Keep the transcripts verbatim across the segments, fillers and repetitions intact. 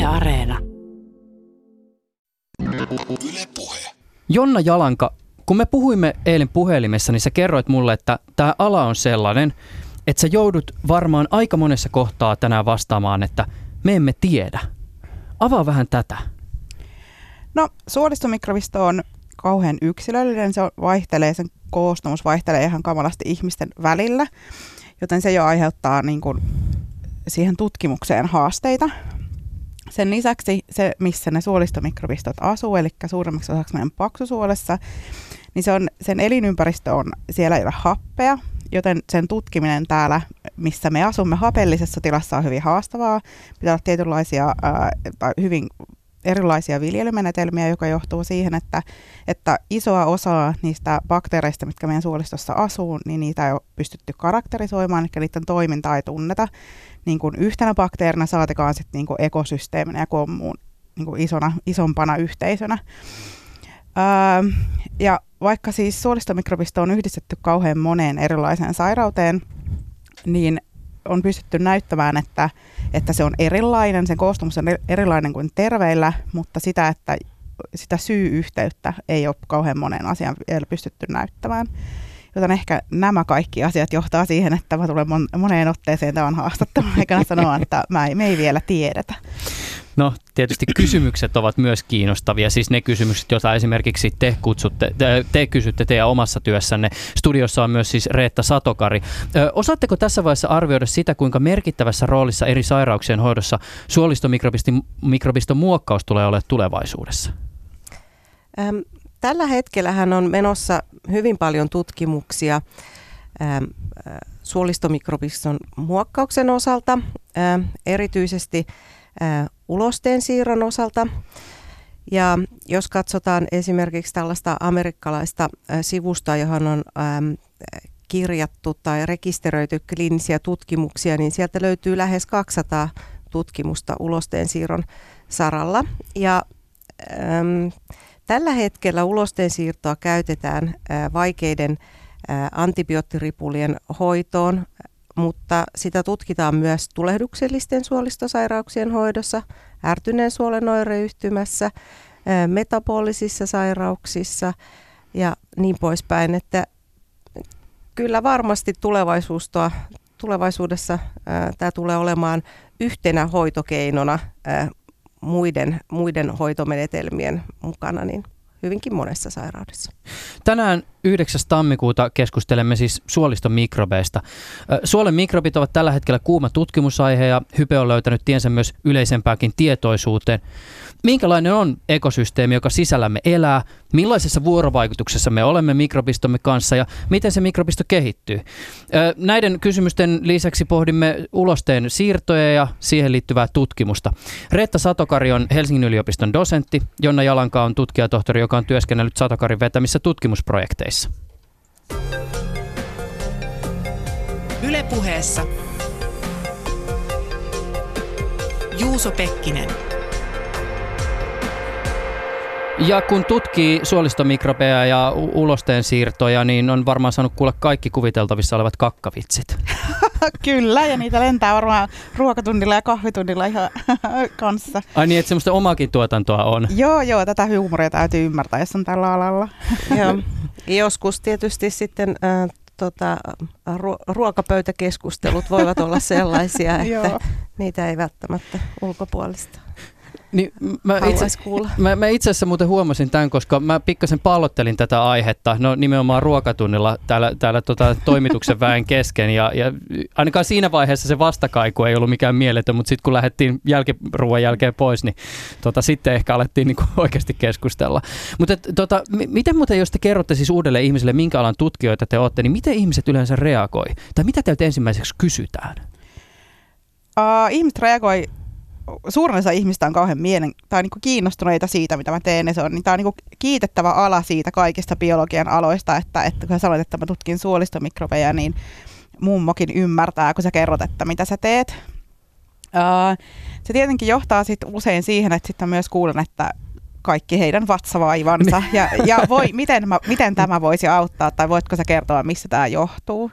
Areena. Yle Puhe. Jonna Jalanka, kun me puhuimme eilen puhelimessa, niin sä kerroit mulle, että tämä ala on sellainen, että sä joudut varmaan aika monessa kohtaa tänään vastaamaan, että me emme tiedä. Avaa vähän tätä. No, suolistomikrobisto on kauhean yksilöllinen. Se vaihtelee, sen koostumus vaihtelee ihan kamalasti ihmisten välillä, joten se jo aiheuttaa niin kuin siihen tutkimukseen haasteita. Sen lisäksi se, missä ne suolistomikrobistot asuu, eli suurimmaksi osaksi meidän paksusuolessa, niin se on, sen elinympäristö on, siellä ei ole happea, joten sen tutkiminen täällä, missä me asumme hapellisessa tilassa, on hyvin haastavaa. Pitää olla tietynlaisia ää, tai hyvin erilaisia viljelymenetelmiä, joka johtuu siihen, että, että isoa osaa niistä bakteereista, mitkä meidän suolistossa asuu, niin niitä ei ole pystytty karakterisoimaan, eli niiden toimintaa ei tunneta niin kuin yhtenä bakteerina, saatekaan sitten niin kuin ekosysteeminä ja kommuun niin kuin isona, isompana yhteisönä. Öö, ja vaikka siis suolistomikrobisto on yhdistetty kauhean moneen erilaiseen sairauteen, niin on pystytty näyttämään, että, että se on erilainen, sen koostumus on erilainen kuin terveillä, mutta sitä, että sitä syy-yhteyttä ei ole kauhean moneen asiaan vielä pystytty näyttämään. Joten ehkä nämä kaikki asiat johtaa siihen, että mä tulen moneen otteeseen tämän haastattelun aikana sanoa, että mä ei, me ei vielä tiedetä. No tietysti kysymykset ovat myös kiinnostavia, siis ne kysymykset, joita esimerkiksi te kutsutte, te, te kysytte teidän omassa työssänne. Studiossa on myös siis Reetta Satokari. Ö, osaatteko tässä vaiheessa arvioida sitä, kuinka merkittävässä roolissa eri sairauksien hoidossa suolistomikrobiston muokkaus tulee olemaan tulevaisuudessa? Ähm, tällä hetkellähän on menossa hyvin paljon tutkimuksia ähm, suolistomikrobiston muokkauksen osalta, ähm, erityisesti ulosteen siirron osalta. Ja jos katsotaan esimerkiksi tällaista amerikkalaista sivustoa, johon on äm, kirjattu tai rekisteröity kliinisiä tutkimuksia, niin sieltä löytyy lähes kaksisataa tutkimusta ulosteen siirron saralla. Ja äm, tällä hetkellä ulosteen siirtoa käytetään ä, vaikeiden ä, antibioottiripulien hoitoon, mutta sitä tutkitaan myös tulehduksellisten suolistosairauksien hoidossa, ärtyneen suolen oireyhtymässä, metabolisissa sairauksissa ja niin poispäin. Että kyllä varmasti tulevaisuudessa, tulevaisuudessa ää, tämä tulee olemaan yhtenä hoitokeinona ää, muiden, muiden hoitomenetelmien mukana niin hyvinkin monessa sairaudessa. Tänään yhdeksäs tammikuuta keskustelemme siis suolistomikrobeista. Suolen mikrobit ovat tällä hetkellä kuuma tutkimusaihe ja Hype on löytänyt tiensä myös yleisempääkin tietoisuuteen. Minkälainen on ekosysteemi, joka sisällämme elää? Millaisessa vuorovaikutuksessa me olemme mikrobistomme kanssa ja miten se mikrobisto kehittyy? Näiden kysymysten lisäksi pohdimme ulosteen siirtoja ja siihen liittyvää tutkimusta. Reetta Satokari on Helsingin yliopiston dosentti. Jonna Jalanka on tutkijatohtori, joka on työskennellyt Satokarin vetämissä tutkimusprojekteissa. Yle Puheessa Juuso Pekkinen. Ja kun tutkii suolistomikrobeja ja ulosteen siirtoja, niin on varmaan saanut kuulla kaikki kuviteltavissa olevat kakkavitsit. Kyllä, ja niitä lentää varmaan ruokatunnilla ja kahvitunnilla ihan kanssa. Ai niin, että semmoista omaakin tuotantoa on. Joo, joo, tätä huumoria täytyy ymmärtää, jos on tällä alalla. Joo. Joskus tietysti sitten äh, tota, ruo- ruokapöytäkeskustelut voivat olla sellaisia, että niitä ei välttämättä ulkopuolista. Niin, mä, itse, mä, mä itse asiassa muuten huomasin tämän, koska mä pikkasen pallottelin tätä aihetta, no nimenomaan ruokatunnilla täällä, täällä tota, toimituksen väen kesken ja, ja ainakaan siinä vaiheessa se vastakaiku ei ollut mikään mieletön, mutta sitten kun lähdettiin jälke, ruoan jälkeen pois, niin tota, sitten ehkä alettiin niinku oikeasti keskustella. Mutta tota, m- miten muuten, jos te kerrotte siis uudelle ihmiselle, minkä alan tutkijoita te olette, niin miten ihmiset yleensä reagoi? Tai mitä teiltä ensimmäiseksi kysytään? Uh, ihmiset reagoi. Suurin osa ihmistä on kauhean mielen, tai niin kuin kiinnostuneita siitä, mitä mä teen. Ja se on, niin tämä on niin kuin kiitettävä ala siitä kaikista biologian aloista, että, että kun sä sanoit, että mä tutkin suolistomikrobeja, niin mummokin ymmärtää, kun sä kerrot, että mitä sä teet. Uh, se tietenkin johtaa sit usein siihen, että sitten myös kuulen, että kaikki heidän vatsavaivansa ja, ja voi, miten, mä, miten tämä voisi auttaa, tai voitko sä kertoa, missä tämä johtuu?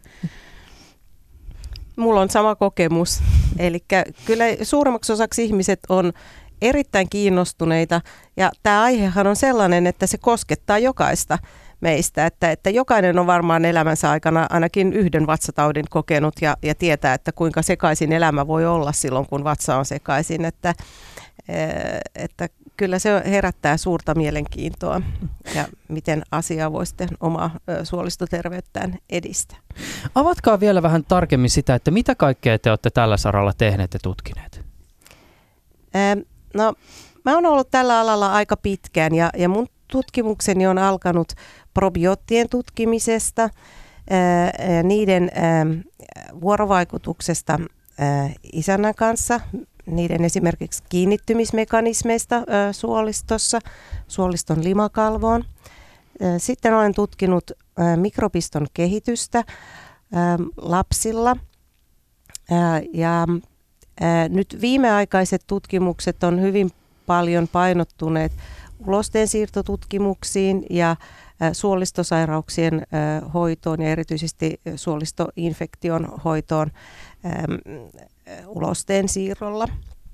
Mulla on sama kokemus. Eli kyllä suurimmaksi osaksi ihmiset on erittäin kiinnostuneita ja tämä aihehan on sellainen, että se koskettaa jokaista meistä, että, että jokainen on varmaan elämänsä aikana ainakin yhden vatsataudin kokenut ja, ja tietää, että kuinka sekaisin elämä voi olla silloin, kun vatsa on sekaisin, että, että kyllä se herättää suurta mielenkiintoa ja miten asia voi sitten omaa suolistoterveyttään edistää. Avatkaa vielä vähän tarkemmin sitä, että mitä kaikkea te olette tällä saralla tehneet ja tutkineet? No, mä oon ollut tällä alalla aika pitkään ja, ja mun tutkimukseni on alkanut probioottien tutkimisesta, ää, niiden ää, vuorovaikutuksesta ää, isännän kanssa, niiden esimerkiksi kiinnittymismekanismeista ää, suolistossa, suoliston limakalvoon. Ää, sitten olen tutkinut ää, mikrobiston kehitystä ää, lapsilla ää, ja ää, nyt viimeaikaiset tutkimukset on hyvin paljon painottuneet ulostensiirtotutkimuksiin ja suolistosairauksien hoitoon ja erityisesti suolistoinfektion hoitoon ulostensiirrolla.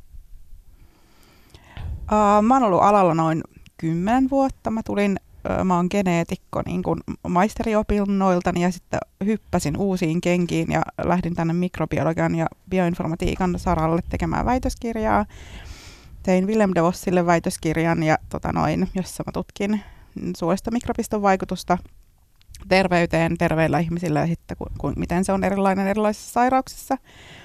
Mä oon ollut alalla noin kymmenen vuotta. Mä tulin, mä oon geneetikko niin kuin maisteriopinnoiltani ja sitten hyppäsin uusiin kenkiin ja lähdin tänne mikrobiologian ja bioinformatiikan saralle tekemään väitöskirjaa. Tein Willem de Vossille väitöskirjan, ja, tota noin, jossa mä tutkin suolistomikrobiston vaikutusta terveyteen terveillä ihmisillä ja sitten ku, ku, miten se on erilainen erilaisissa sairauksissa.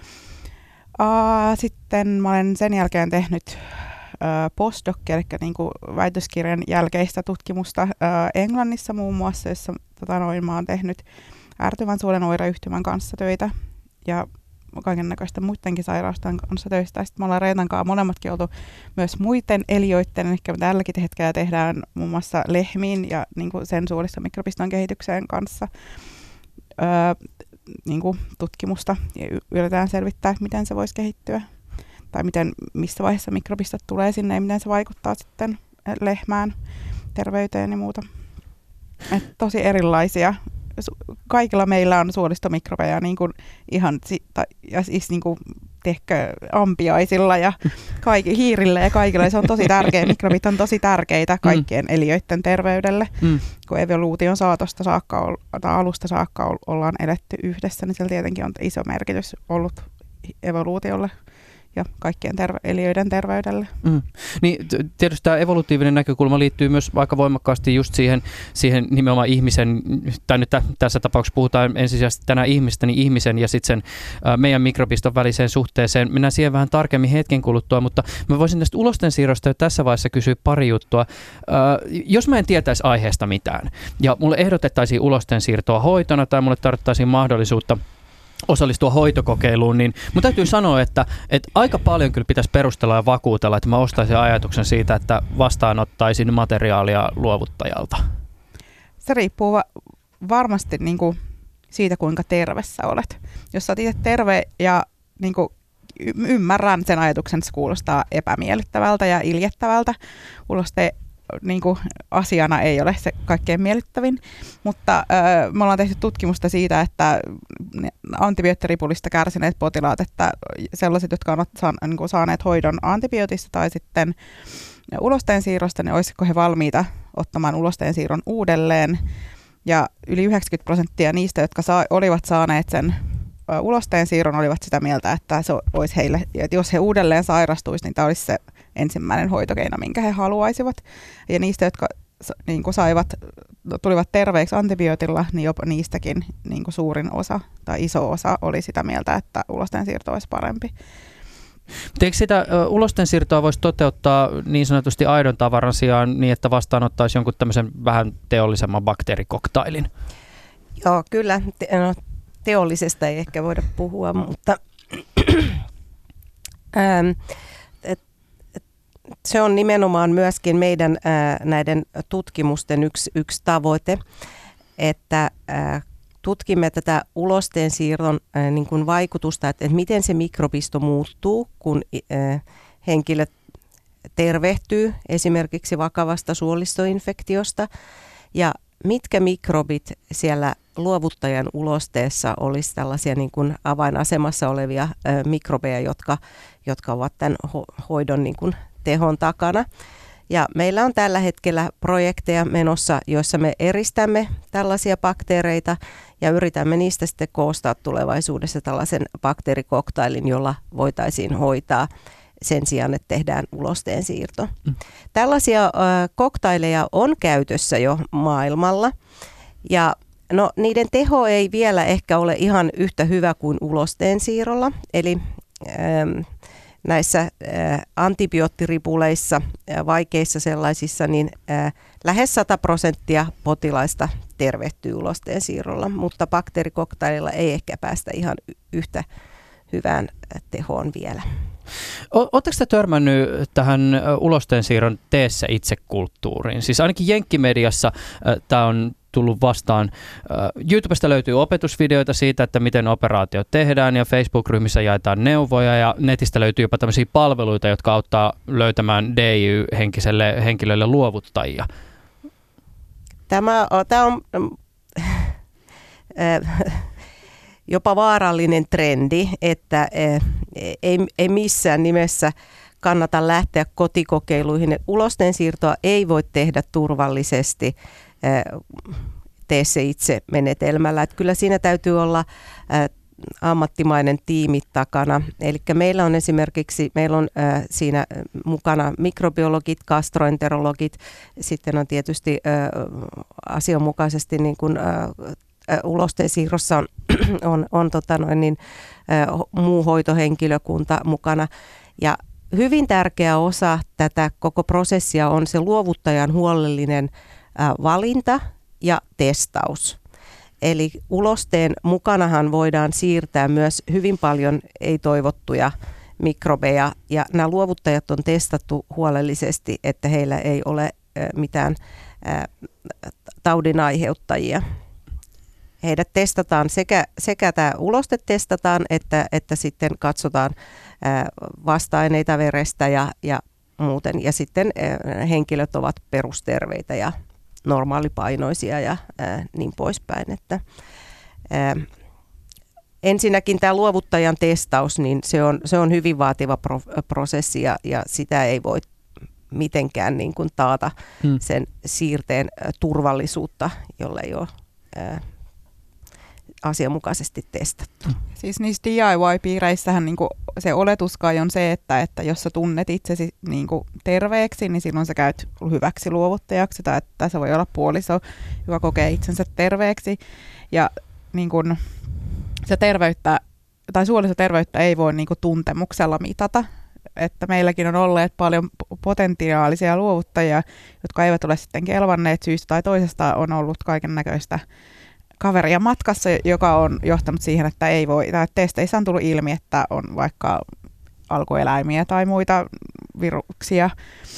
Uh, sitten mä olen sen jälkeen tehnyt uh, postdoc, eli niin kuin väitöskirjan jälkeistä tutkimusta uh, Englannissa muun muassa, jossa tota noin, mä oon tehnyt ärtyvän suolen oireyhtymän kanssa töitä ja kaiken näköistä muidenkin sairausten kanssa töistä. Sitten me ollaan Reetan kanssa molemmatkin oltu myös muiden eliöiden, eli tälläkin hetkellä tehdään muun muassa lehmiin ja niin kuin sen suolistomikrobiston kehitykseen kanssa öö, niin kuin tutkimusta ja yritetään selvittää, miten se voisi kehittyä tai miten, missä vaiheessa mikrobistot tulee sinne ja miten se vaikuttaa sitten lehmään, terveyteen ja muuta. Et tosi erilaisia. Kaikilla meillä on suolistomikrobeja niin kuin ihan ta, ja siis niin kuin tehkö ampiaisilla ja kaikki, hiirillä ja kaikilla. Se on tosi tärkeä. Mikrobit on tosi tärkeitä kaikkien mm. eliöiden terveydelle. Mm. Kun evoluution saatosta saakka, tai alusta saakka ollaan eletty yhdessä, niin sillä tietenkin on iso merkitys ollut evoluutiolle ja kaikkien terve- eliöiden terveydelle. Mm. Niin, tietysti tämä evolutiivinen näkökulma liittyy myös aika voimakkaasti just siihen, siihen nimenomaan ihmisen, tai nyt t- tässä tapauksessa puhutaan ensisijaisesti tänään ihmistä, niin ihmisen ja sitten sen ä, meidän mikrobiston väliseen suhteeseen. Mennään siihen vähän tarkemmin hetken kuluttua, mutta mä voisin tästä ulostensiirrosta jo tässä vaiheessa kysyä pari juttua. Ä, jos mä en tietäisi aiheesta mitään, ja mulle ehdotettaisiin ulostensiirtoa hoitona, tai mulle tarvittaisiin mahdollisuutta osallistua hoitokokeiluun, niin mun täytyy sanoa, että, että aika paljon kyllä pitäisi perustella ja vakuutella, että mä ostaisin ajatuksen siitä, että vastaanottaisin materiaalia luovuttajalta. Se riippuu va- varmasti niin kuin siitä, kuinka terve sä olet. Jos sä oot itse terve ja niin kuin y- ymmärrän sen ajatuksen, että se kuulostaa epämiellyttävältä ja iljettävältä, uloste niin kuin asiana ei ole se kaikkein miellyttävin, mutta ö, me ollaan tehty tutkimusta siitä, että antibioottiripulista kärsineet potilaat, että sellaiset, jotka ovat saan, niin kuin saaneet hoidon antibiootista tai sitten ulosteensiirrosta, niin olisiko he valmiita ottamaan ulosteensiirron uudelleen. Ja yli yhdeksänkymmentä prosenttia niistä, jotka saa, olivat saaneet sen ö, ulosteensiirron, olivat sitä mieltä, että se olisi heille, että jos he uudelleen sairastuisivat, niin tämä olisi se ensimmäinen hoitokeino, minkä he haluaisivat. Ja niistä, jotka niin kuin saivat, tulivat terveiksi antibiootilla, niin jopa niistäkin niin kuin suurin osa tai iso osa oli sitä mieltä, että ulostensiirto olisi parempi. Eikö sitä uh, ulostensiirtoa voisi toteuttaa niin sanotusti aidon tavaran sijaan niin, että vastaanottaisi jonkun tämmöisen vähän teollisemman bakteerikoktailin? Joo, kyllä. Te- no, teollisesta ei ehkä voida puhua, mutta ähm, se on nimenomaan myöskin meidän ää, näiden tutkimusten yksi, yksi tavoite, että ää, tutkimme tätä ulosteensiirron ää, niin kuin vaikutusta, että, että miten se mikrobisto muuttuu, kun ää, henkilö tervehtyy esimerkiksi vakavasta suolistoinfektiosta ja mitkä mikrobit siellä luovuttajan ulosteessa olisi tällaisia niin kuin avainasemassa olevia ää, mikrobeja, jotka, jotka ovat tämän ho- hoidon niin kuin tehon takana. Ja meillä on tällä hetkellä projekteja menossa, joissa me eristämme tällaisia bakteereita ja yritämme niistä sitten koostaa tulevaisuudessa tällaisen bakteerikoktailin, jolla voitaisiin hoitaa sen sijaan, että tehdään ulosteen siirto. Mm. Tällaisia äh, koktaileja on käytössä jo maailmalla ja no, niiden teho ei vielä ehkä ole ihan yhtä hyvä kuin ulosteen siirrolla, eli ähm, näissä äh, antibioottoripuleissa, äh, vaikeissa sellaisissa, niin äh, lähes sata prosenttia potilaista tervehtyy ulosteen siirrolla, mutta bakteerikoktaililla ei ehkä päästä ihan y- yhtä hyvään tehoon vielä. Oletteko te törmännyt tähän ulosteen siirron teessä itsekulttuuriin? Siis ainakin jenkkimediassa äh, tämä on tullut vastaan. Äh, YouTubesta löytyy opetusvideoita siitä, että miten operaatio tehdään ja Facebook-ryhmissä jaetaan neuvoja ja netistä löytyy jopa tämmöisiä palveluita, jotka auttaa löytämään D I Y-henkiselle henkilölle luovuttajia. Tämä, tämä on jopa vaarallinen trendi, että ei, ei missään nimessä kannata lähteä kotikokeiluihin. Ulosteen siirtoa ei voi tehdä turvallisesti tee se itse menetelmällä. Että kyllä siinä täytyy olla ammattimainen tiimi takana. Eli meillä on esimerkiksi meillä on äh, siinä mukana mikrobiologit, gastroenterologit, sitten on tietysti äh, asianmukaisesti niin kuin, äh, ulosteen siirrossa on, on, on tota noin, niin, äh, muu hoitohenkilökunta mukana. Ja hyvin tärkeä osa tätä koko prosessia on se luovuttajan huolellinen äh, valinta ja testaus. Eli ulosteen mukanahan voidaan siirtää myös hyvin paljon ei-toivottuja mikrobeja, ja nämä luovuttajat on testattu huolellisesti, että heillä ei ole mitään taudin aiheuttajia. Heidät testataan, sekä, sekä tämä uloste testataan, että, että sitten katsotaan vasta-aineita verestä ja, ja muuten, ja sitten henkilöt ovat perusterveitä ja normaalipainoisia ja ää, niin poispäin. Että, ää, ensinnäkin tämä luovuttajan testaus, niin se on, se on hyvin vaativa pro, prosessi ja, ja sitä ei voi mitenkään niin kuin taata hmm. sen siirteen ä, turvallisuutta, jolle ei ole ää, asianmukaisesti testattu. Siis niissä D I Y-piireissähän niinku se oletus kai on se, että, että jos sä tunnet itsesi niinku terveeksi, niin silloin sä käyt hyväksi luovuttajaksi, tai että se voi olla puoliso, joka kokee itsensä terveeksi. Ja niinku, se terveyttä, tai suolistoterveyttä ei voi niinku tuntemuksella mitata. Että meilläkin on olleet paljon potentiaalisia luovuttajia, jotka eivät ole sitten kelvanneet syystä tai toisesta, on ollut kaiken näköistä kaveria matkassa, joka on johtanut siihen, että ei voi, tai testeissä on tullut ilmi, että on vaikka alkueläimiä tai muita viruksia,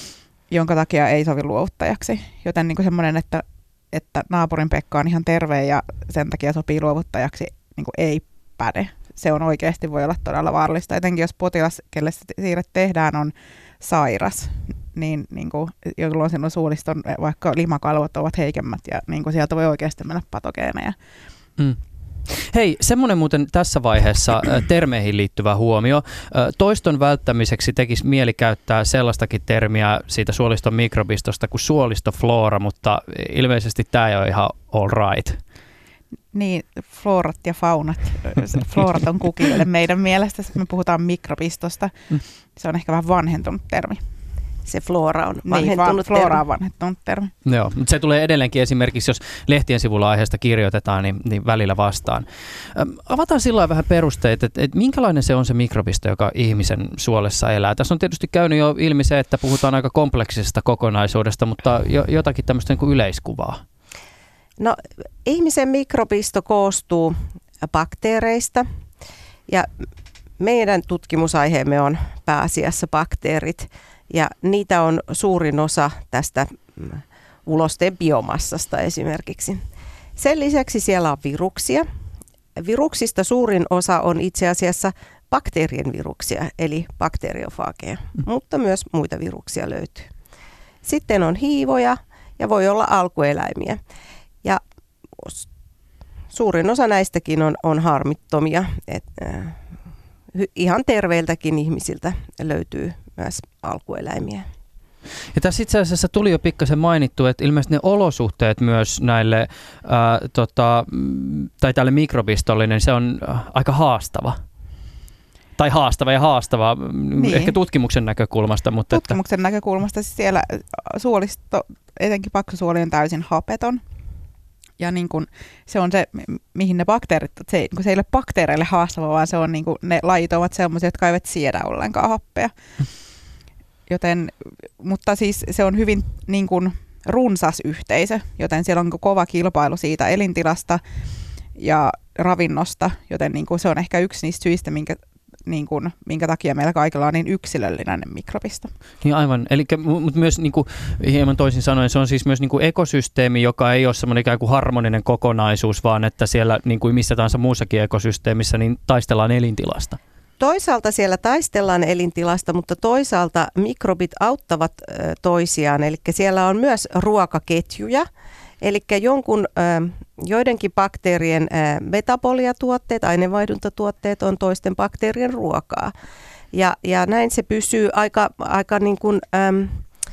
jonka takia ei sovi luovuttajaksi. Joten niin kuin semmoinen, että, että naapurin Pekka on ihan terve ja sen takia sopii luovuttajaksi, niin kuin ei päde. Se on oikeasti voi olla todella vaarallista. Etenkin jos potilas, kelle siirret tehdään, on sairas, niin, niin kuin, jolloin silloin suoliston vaikka limakalvot ovat heikemmät ja niin kuin sieltä voi oikeasti mennä patogeeneja. Mm. Hei, semmoinen muuten tässä vaiheessa termeihin liittyvä huomio. Toiston välttämiseksi tekisi mieli käyttää sellaistakin termiä siitä suoliston mikrobistosta kuin suolistoflora, mutta ilmeisesti tämä ei ole ihan all right. Niin, florat ja faunat. Florat on kukille meidän mielestä, me puhutaan mikrobistosta. Se on ehkä vähän vanhentunut termi. Se flora on vanhentunut niin, termi. Flora on vanhentunut termi. Joo, mutta se tulee edelleenkin esimerkiksi, jos lehtien sivulla aiheesta kirjoitetaan, niin, niin välillä vastaan. Ähm, avataan silloin vähän perusteet, että, että minkälainen se on se mikrobisto, joka ihmisen suolessa elää. Tässä on tietysti käynyt jo ilmi se, että puhutaan aika kompleksisesta kokonaisuudesta, mutta jo, jotakin tämmöistä niin kuin yleiskuvaa. No, ihmisen mikrobisto koostuu bakteereista ja meidän tutkimusaiheemme on pääasiassa bakteerit ja niitä on suurin osa tästä ulosteen biomassasta esimerkiksi. Sen lisäksi siellä on viruksia. Viruksista suurin osa on itse asiassa bakteerien viruksia eli bakteriofaageja, mm. mutta myös muita viruksia löytyy. Sitten on hiivoja ja voi olla alkueläimiä. Ja suurin osa näistäkin on, on harmittomia. Et, äh, ihan terveiltäkin ihmisiltä löytyy myös alkueläimiä. Ja tässä itse asiassa tuli jo pikkasen mainittu, että ilmeisesti ne olosuhteet myös näille, ää, tota, tai tälle mikrobistolle, niin se on aika haastava. Tai haastava ja haastava, niin. Ehkä tutkimuksen näkökulmasta. Mutta tutkimuksen että... näkökulmasta siis siellä suolisto, etenkin paksusuoli on täysin hapeton. Ja niin kun se on se, mihin ne bakteerit, se, kun se ei ole bakteereille haastava, vaan se on niin kun, ne lajit ovat sellaisia, jotka eivät siedä ollenkaan happea. Joten, mutta siis se on hyvin niin kun, runsas yhteisö, joten siellä on kova kilpailu siitä elintilasta ja ravinnosta, joten niin kun, se on ehkä yksi niistä syistä, minkä Niin kuin, minkä takia meillä kaikilla on niin yksilöllinen mikrobisto. Niin aivan, eli mutta myös niin kuin, hieman toisin sanoen se on siis myös niin kuin ekosysteemi, joka ei ole semmoinen ikään kuin harmoninen kokonaisuus, vaan että siellä niin kuin missä tahansa muussakin ekosysteemissä niin taistellaan elintilasta. Toisaalta siellä taistellaan elintilasta, mutta toisaalta mikrobit auttavat toisiaan, eli siellä on myös ruokaketjuja. Eli jonkun, joidenkin bakteerien metaboliatuotteet, aineenvaihduntatuotteet on toisten bakteerien ruokaa. Ja, ja näin se pysyy aika, aika niin kuin, äm,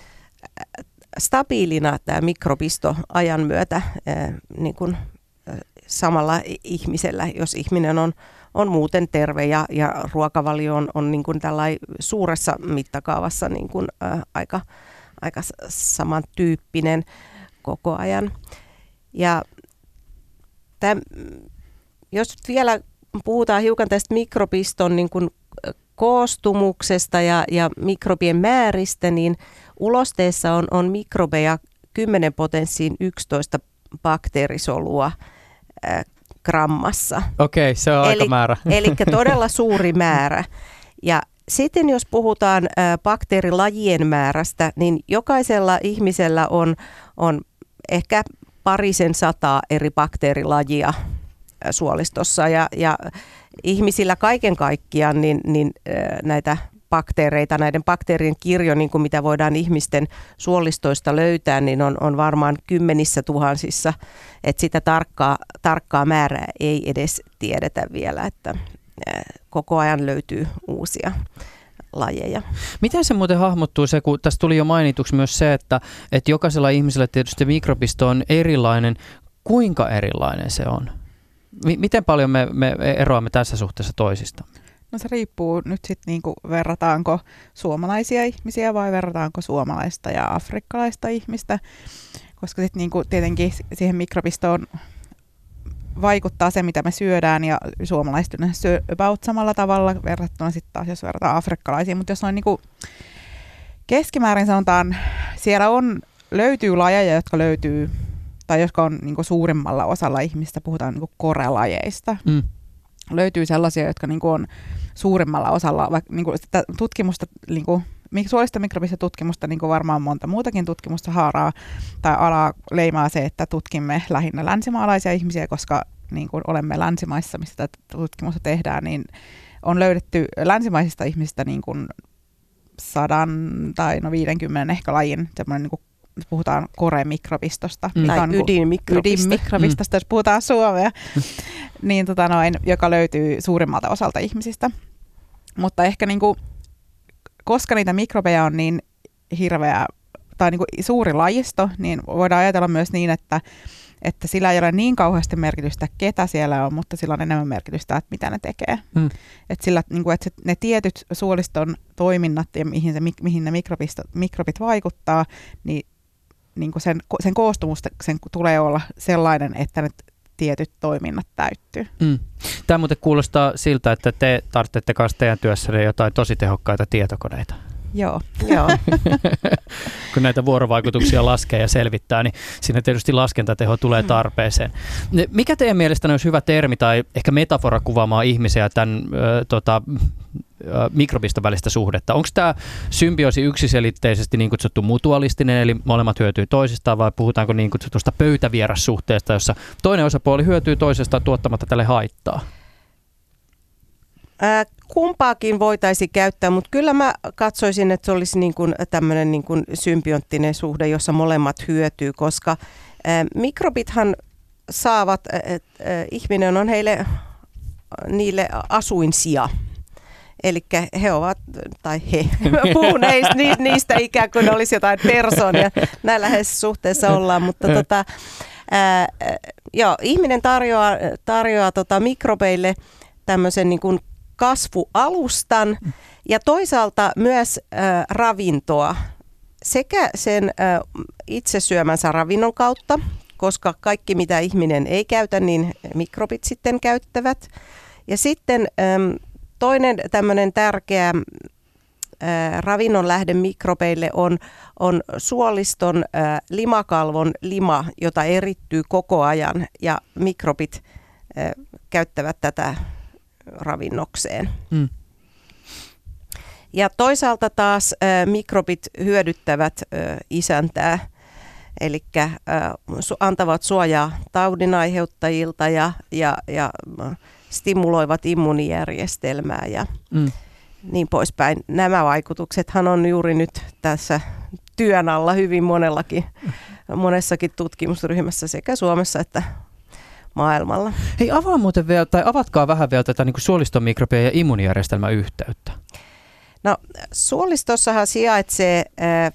stabiilina tämä mikrobisto ajan myötä äh, niin kuin, äh, samalla ihmisellä, jos ihminen on, on muuten terve ja, ja ruokavalio on, on niin kuin tällainen suuressa mittakaavassa niin kuin, äh, aika, aika samantyyppinen koko ajan. Ja täm, jos vielä puhutaan hiukan tästä mikrobiston niin kuin koostumuksesta ja, ja mikrobien määristä, niin ulosteessa on, on mikrobeja kymmenen potenssiin yksitoista bakteerisolua äh, grammassa. Okei, se on eli, aika määrä. Eli todella suuri määrä. Ja sitten jos puhutaan äh, bakteerilajien määrästä, niin jokaisella ihmisellä on, on ehkä parisen sataa eri bakteerilajia äh, suolistossa ja, ja ihmisillä kaiken kaikkiaan niin, niin äh, näitä bakteereita, näiden bakteerien kirjo, niin kuin mitä voidaan ihmisten suolistoista löytää, niin on, on varmaan kymmenissä tuhansissa, että sitä tarkkaa, tarkkaa määrää ei edes tiedetä vielä, että äh, koko ajan löytyy uusia lajeja. Miten se muuten hahmottuu se, kun tässä tuli jo mainituksi myös se, että, että jokaisella ihmisellä tietysti mikrobisto on erilainen. Kuinka erilainen se on? M- miten paljon me, me eroamme tässä suhteessa toisista? No se riippuu nyt sitten niinku verrataanko suomalaisia ihmisiä vai verrataanko suomalaista ja afrikkalaista ihmistä, koska sitten niinku tietenkin siihen mikrobistoon vaikuttaa se, mitä me syödään, ja suomalaiset yleensä syö about samalla tavalla verrattuna sitten taas, jos verrataan afrikkalaisiin. Mutta jos on niinku keskimäärin sanotaan, siellä on, löytyy lajeja, jotka löytyy, tai jotka on niinku suurimmalla osalla ihmistä, puhutaan niinku korelajeista. Mm. Löytyy sellaisia, jotka niinku on suurimmalla osalla, vaikka niinku tutkimusta, niinku, suolista mikrobista tutkimusta, niin kuin varmaan monta muutakin tutkimusta haaraa tai alaa leimaa se, että tutkimme lähinnä länsimaalaisia ihmisiä, koska niin kuin olemme länsimaissa, missä tätä tutkimusta tehdään, niin on löydetty länsimaisista ihmisistä niin kuin sadan tai no viidenkymmenen ehkä lajin, semmoinen niin kuin puhutaan koremikrobistosta. Mm. Tai ydinmikrobistosta. Ydinmikrobistosta, mm. jos puhutaan suomea, niin, tota noin, joka löytyy suurimmalta osalta ihmisistä. Mutta ehkä niin kuin koska niitä mikrobeja on niin hirveä tai niin kuin suuri lajisto, niin voidaan ajatella myös niin, että, että sillä ei ole niin kauheasti merkitystä, ketä siellä on, mutta sillä on enemmän merkitystä, että mitä ne tekee. Mm. Että sillä, niin kuin, että ne tietyt suoliston toiminnat ja mihin, se, mihin ne mikrobit vaikuttaa, niin, niin kuin sen, sen koostumus sen tulee olla sellainen, että ne tietyt toiminnat täyttyy. Mm. Tämä muuten kuulostaa siltä, että te tarvitsette kanssa teidän työssänne jotain tosi tehokkaita tietokoneita. Joo. Joo. Kun näitä vuorovaikutuksia laskee ja selvittää, niin siinä tietysti laskentateho tulee tarpeeseen. Mikä teidän mielestä olisi hyvä termi tai ehkä metafora kuvaamaan ihmisiä tämän ö, tota, mikrobiston välistä suhdetta? Onko tämä symbioosi yksiselitteisesti niin kutsuttu mutualistinen, eli molemmat hyötyy toisistaan, vai puhutaanko niin kutsutusta pöytävierassuhteesta, jossa toinen osapuoli hyötyy toisestaan tuottamatta tälle haittaa? Ää, kumpaakin voitaisiin käyttää, mutta kyllä mä katsoisin, että se olisi niin kuin tämmöinen niin kuin symbioottinen suhde, jossa molemmat hyötyy, koska ää, mikrobithan saavat, ää, ää, ihminen on heille, niille asuinsija. Eli he ovat, tai he, puhun niistä ikään kuin olisi jotain persoonia, näin läheisessä suhteessa ollaan, mutta tota, ää, joo, ihminen tarjoaa, tarjoaa tota mikrobeille tämmöisen niin kuin kasvualustan ja toisaalta myös ää, ravintoa sekä sen ää, itse syömänsä ravinnon kautta, koska kaikki mitä ihminen ei käytä, niin mikrobit sitten käyttävät. Ja sitten äm, toinen tämmöinen tärkeä ää, ravinnon lähde mikrobeille on, on suoliston ää, limakalvon lima, jota erittyy koko ajan ja mikrobit ää, käyttävät tätä ravinnokseen. Mm. Ja toisaalta taas ää, mikrobit hyödyttävät ää, isäntää, eli ää, su- antavat suojaa taudinaiheuttajilta ja, ja, ja stimuloivat immuunijärjestelmää ja mm. niin poispäin. Nämä vaikutuksethan on juuri nyt tässä työn alla hyvin monellakin, monessakin tutkimusryhmässä sekä Suomessa että maailmalla. Hei, avaa muuten vielä, tai avatkaa vähän vielä tätä niin kuin suolistomikrobia ja immuunijärjestelmän yhteyttä. No, suolistossahan sijaitsee äh,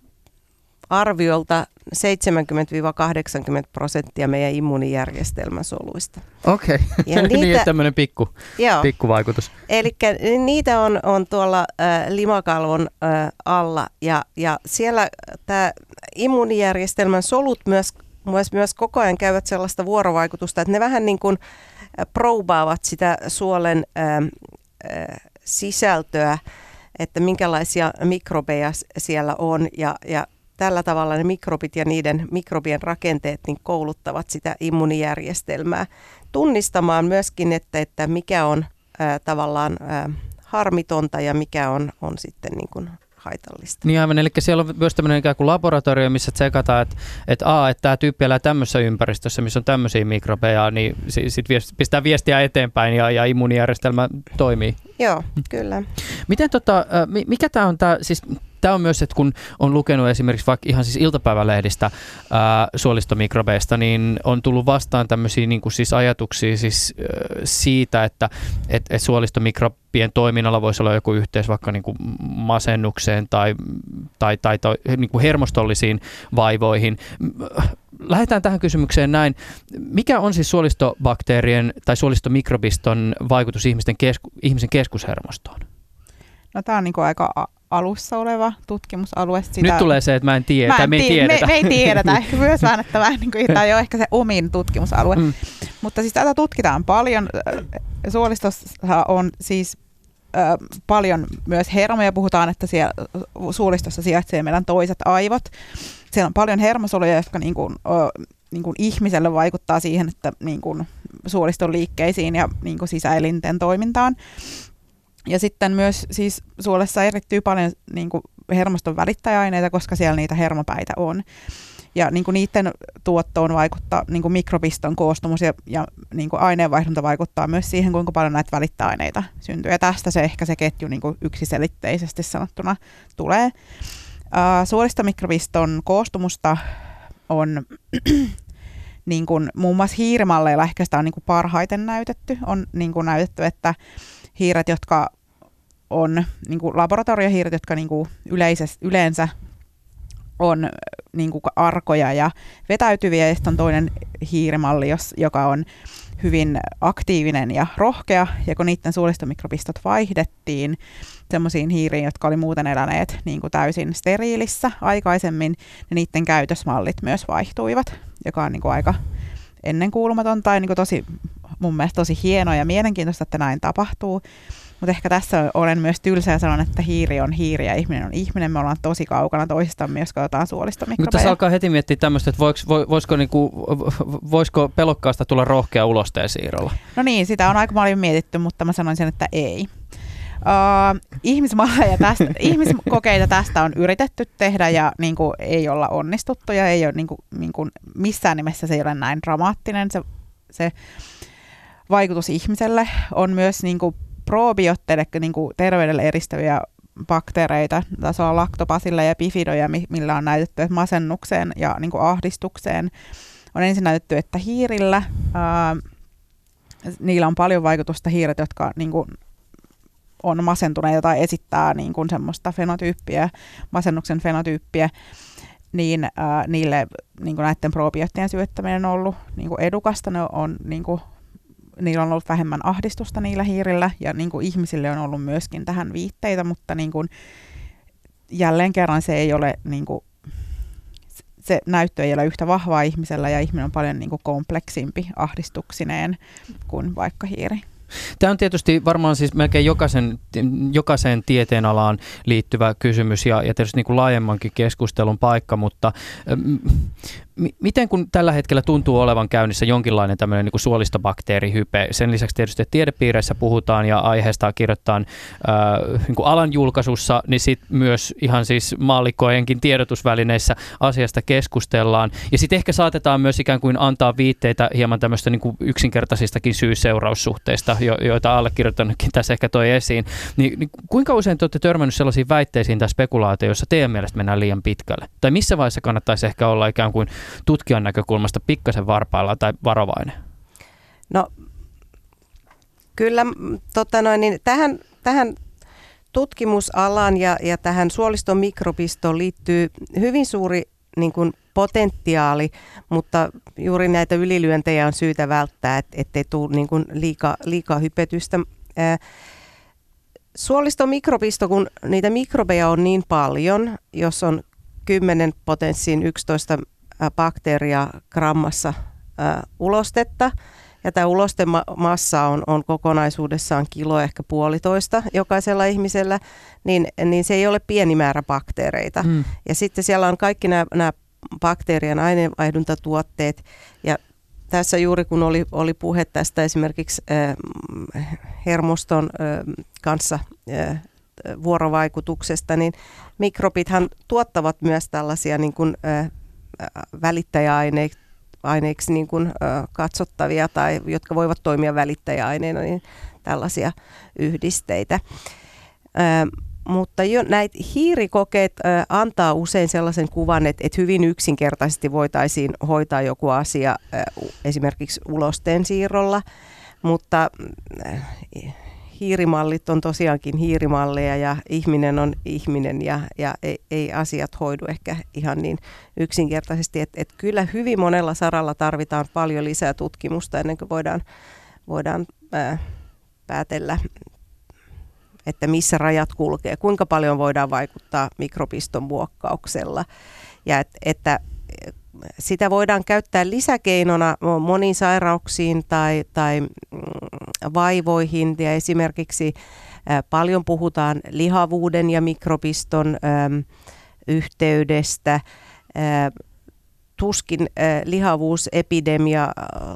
arviolta seitsemänkymmentä kahdeksankymmentä prosenttia meidän immuunijärjestelmän soluista. Okei, okay. Niin tämmöinen pikku, pikkuvaikutus. Eli niitä on, on tuolla äh, limakalvon äh, alla ja, ja siellä tämä immuunijärjestelmän solut myös, myös, myös koko ajan käyvät sellaista vuorovaikutusta, että ne vähän niin kuin probaavat sitä suolen äh, äh, sisältöä, että minkälaisia mikrobeja siellä on ja, ja tällä tavalla ne mikrobit ja niiden mikrobien rakenteet niin kouluttavat sitä immuunijärjestelmää tunnistamaan myöskin, että, että mikä on ää, tavallaan ää, harmitonta ja mikä on, on sitten niin kuin haitallista. Niin aivan, eli siellä on myös tämmöinen ikään kuin laboratorio, missä tsekataan, että, että, a, että tämä tyyppi elää tämmöisessä ympäristössä, missä on tämmöisiä mikrobeja, niin sitten pistää viestiä eteenpäin ja, ja immuunijärjestelmä toimii. Joo, kyllä. Miten tota, mikä tämä on tämä, siis tämä on myös, että kun on lukenut esimerkiksi vaikka ihan siis iltapäivälehdistä ää, suolistomikrobeista, niin on tullut vastaan tämmöisiä niin kuin siis ajatuksia siis, ä, siitä, että et, et suolistomikrobien toiminnalla voisi olla joku yhteys vaikka niin kuin masennukseen tai, tai, tai, tai niin kuin hermostollisiin vaivoihin. Lähdetään tähän kysymykseen näin. Mikä on siis suolistobakteerien tai suolistomikrobiston vaikutus ihmisten kesku, ihmisen keskushermostoon? No tämä on niin kuin aika alussa oleva tutkimusalue. Sitä Nyt tulee se, että mä en tiedä, mä en me ei tii- tiedetä. Me, me ei tiedetä. Myös vähän, että vähän niin kuin, tämä ei ole ehkä se omin tutkimusalue. Mm. Mutta siis tätä tutkitaan paljon. Suolistossa on siis äh, paljon myös hermoja. Puhutaan, että siellä suolistossa sijaitsee meidän toiset aivot. Siellä on paljon hermosoluja, jotka niin kuin, äh, niin kuin ihmiselle vaikuttaa siihen, että niin kuin suoliston liikkeisiin ja niin kuin sisäelinten toimintaan. Ja sitten myös siis suolessa erittyy paljon niin kuin hermoston välittäjäaineita, koska siellä niitä hermopäitä on. Ja niin kuin niiden tuottoon vaikuttaa niin kuin mikrobiston koostumus ja, ja niin kuin aineenvaihdunta vaikuttaa myös siihen, kuinka paljon näitä välittäjäaineita syntyy. Ja tästä se ehkä se ketju niin kuin yksiselitteisesti sanottuna tulee. Uh, suolistomikrobiston koostumusta on niin kuin, muun muassa hiirimalleilla ehkä sitä on niin kuin parhaiten näytetty. On niin kuin näytetty, että hiiret, jotka on niin kuin laboratoriohiiret, jotka niin kuin yleensä on niin kuin arkoja ja vetäytyviä, ja sitten on toinen hiirimalli, jos, joka on hyvin aktiivinen ja rohkea, ja kun niiden suolistomikrobistot vaihdettiin semmoisiin hiiriin, jotka oli muuten eläneet niin kuin täysin steriilissä aikaisemmin, niin niiden käytösmallit myös vaihtuivat, joka on niin kuin aika ennenkuulumatonta ja niin kuin tosi, mun mielestä tosi hienoa ja mielenkiintoista, että näin tapahtuu. Mutta ehkä tässä olen myös tylsä ja sanon, että hiiri on hiiri ja ihminen on ihminen. Me ollaan tosi kaukana toisistamme, jos katsotaan suolistomikrobeja. Mutta tässä alkaa heti miettiä tämmöistä, että voisiko, voisiko, niinku, voisiko pelokkaasta tulla rohkea ulosteen siirrolla? No niin, sitä on aika paljon mietitty, mutta mä sanoisin, että ei. Uh, ihmismalleja tästä, ihmiskokeita tästä on yritetty tehdä ja niin kuin, ei olla onnistuttu ja ei ole, niin kuin, niin kuin, missään nimessä se ei ole näin dramaattinen. Se, se vaikutus ihmiselle on myös niin kuin probiootteille, niin kuin terveydelle edistäviä bakteereita, tässä on laktobasilla ja bifidoja, millä on näytetty, että masennukseen ja niin kuin ahdistukseen on ensin näytetty, että hiirillä, ää, niillä on paljon vaikutusta hiiret, jotka niin kuin on masentuneita tai esittää niin kuin semmoista fenotyyppiä, masennuksen fenotyyppiä, niin ää, niille niin kuin näiden probioottien syöttäminen on ollut niin kuin edukasta. Ne on, niin kuin, niillä on ollut vähemmän ahdistusta niillä hiirillä ja niin kuin ihmisille on ollut myöskin tähän viitteitä, mutta niin kuin, jälleen kerran se ei ole, niin kuin, se näyttö ei ole yhtä vahvaa ihmisellä ja ihminen on paljon niin kuin kompleksimpi ahdistuksineen kuin vaikka hiiri. Tämä on tietysti varmaan siis melkein jokaisen, jokaiseen tieteenalaan liittyvä kysymys ja, ja tietysti niin kuin laajemmankin keskustelun paikka, mutta m- miten kun tällä hetkellä tuntuu olevan käynnissä jonkinlainen tämmöinen niin kuin suolistobakteerihype, sen lisäksi tietysti että tiedepiireissä puhutaan ja aiheesta kirjoitetaan äh, niin kuin alan julkaisussa, niin sitten myös ihan siis maallikkojenkin tiedotusvälineissä asiasta keskustellaan ja sitten ehkä saatetaan myös ikään kuin antaa viitteitä hieman tämmöistä niin kuin yksinkertaisistakin syy-seuraussuhteista, joita allekirjoittanutkin tässä ehkä toi esiin, niin, niin kuinka usein te olette törmännyt sellaisiin väitteisiin tai spekulaatioihin, joissa teidän mielestä mennään liian pitkälle? Tai missä vaiheessa kannattaisi ehkä olla ikään kuin tutkijan näkökulmasta pikkasen varpailla tai varovainen? No kyllä tota noin, niin tähän, tähän tutkimusalaan ja, ja tähän suoliston mikrobistoon liittyy hyvin suuri niin kuin potentiaali, mutta juuri näitä ylilyöntejä on syytä välttää, et, ettei tule niin kuin liikaa, liikaa hypetystä. Ää, suoliston mikrobisto, kun niitä mikrobeja on niin paljon, jos on kymmenen potenssiin yksitoista bakteeria grammassa ää, ulostetta, ja tämä ulostemassa on, on kokonaisuudessaan kilo ehkä puolitoista jokaisella ihmisellä, niin, niin se ei ole pieni määrä bakteereita. Mm. Ja sitten siellä on kaikki nämä bakteerien aineenvaihduntatuotteet, ja tässä juuri kun oli, oli puhe tästä esimerkiksi äh, hermoston äh, kanssa äh, vuorovaikutuksesta, niin mikrobithan tuottavat myös tällaisia niin kuin, äh, välittäjäaineiksi niin kuin, äh, katsottavia tai jotka voivat toimia välittäjäaineina, niin tällaisia yhdisteitä. Äh, Mutta jo näitä hiirikokeet ä, antaa usein sellaisen kuvan, että, että hyvin yksinkertaisesti voitaisiin hoitaa joku asia ä, esimerkiksi ulosteen siirrolla, mutta ä, hiirimallit on tosiaankin hiirimalleja ja ihminen on ihminen ja, ja ei, ei asiat hoidu ehkä ihan niin yksinkertaisesti. Että, että kyllä hyvin monella saralla tarvitaan paljon lisää tutkimusta ennen kuin voidaan, voidaan ä, päätellä, että missä rajat kulkee, kuinka paljon voidaan vaikuttaa mikrobiston muokkauksella ja et, että sitä voidaan käyttää lisäkeinona moniin sairauksiin tai, tai vaivoihin ja esimerkiksi ä, paljon puhutaan lihavuuden ja mikrobiston ä, yhteydestä. Ä, tuskin ä, lihavuusepidemia ä,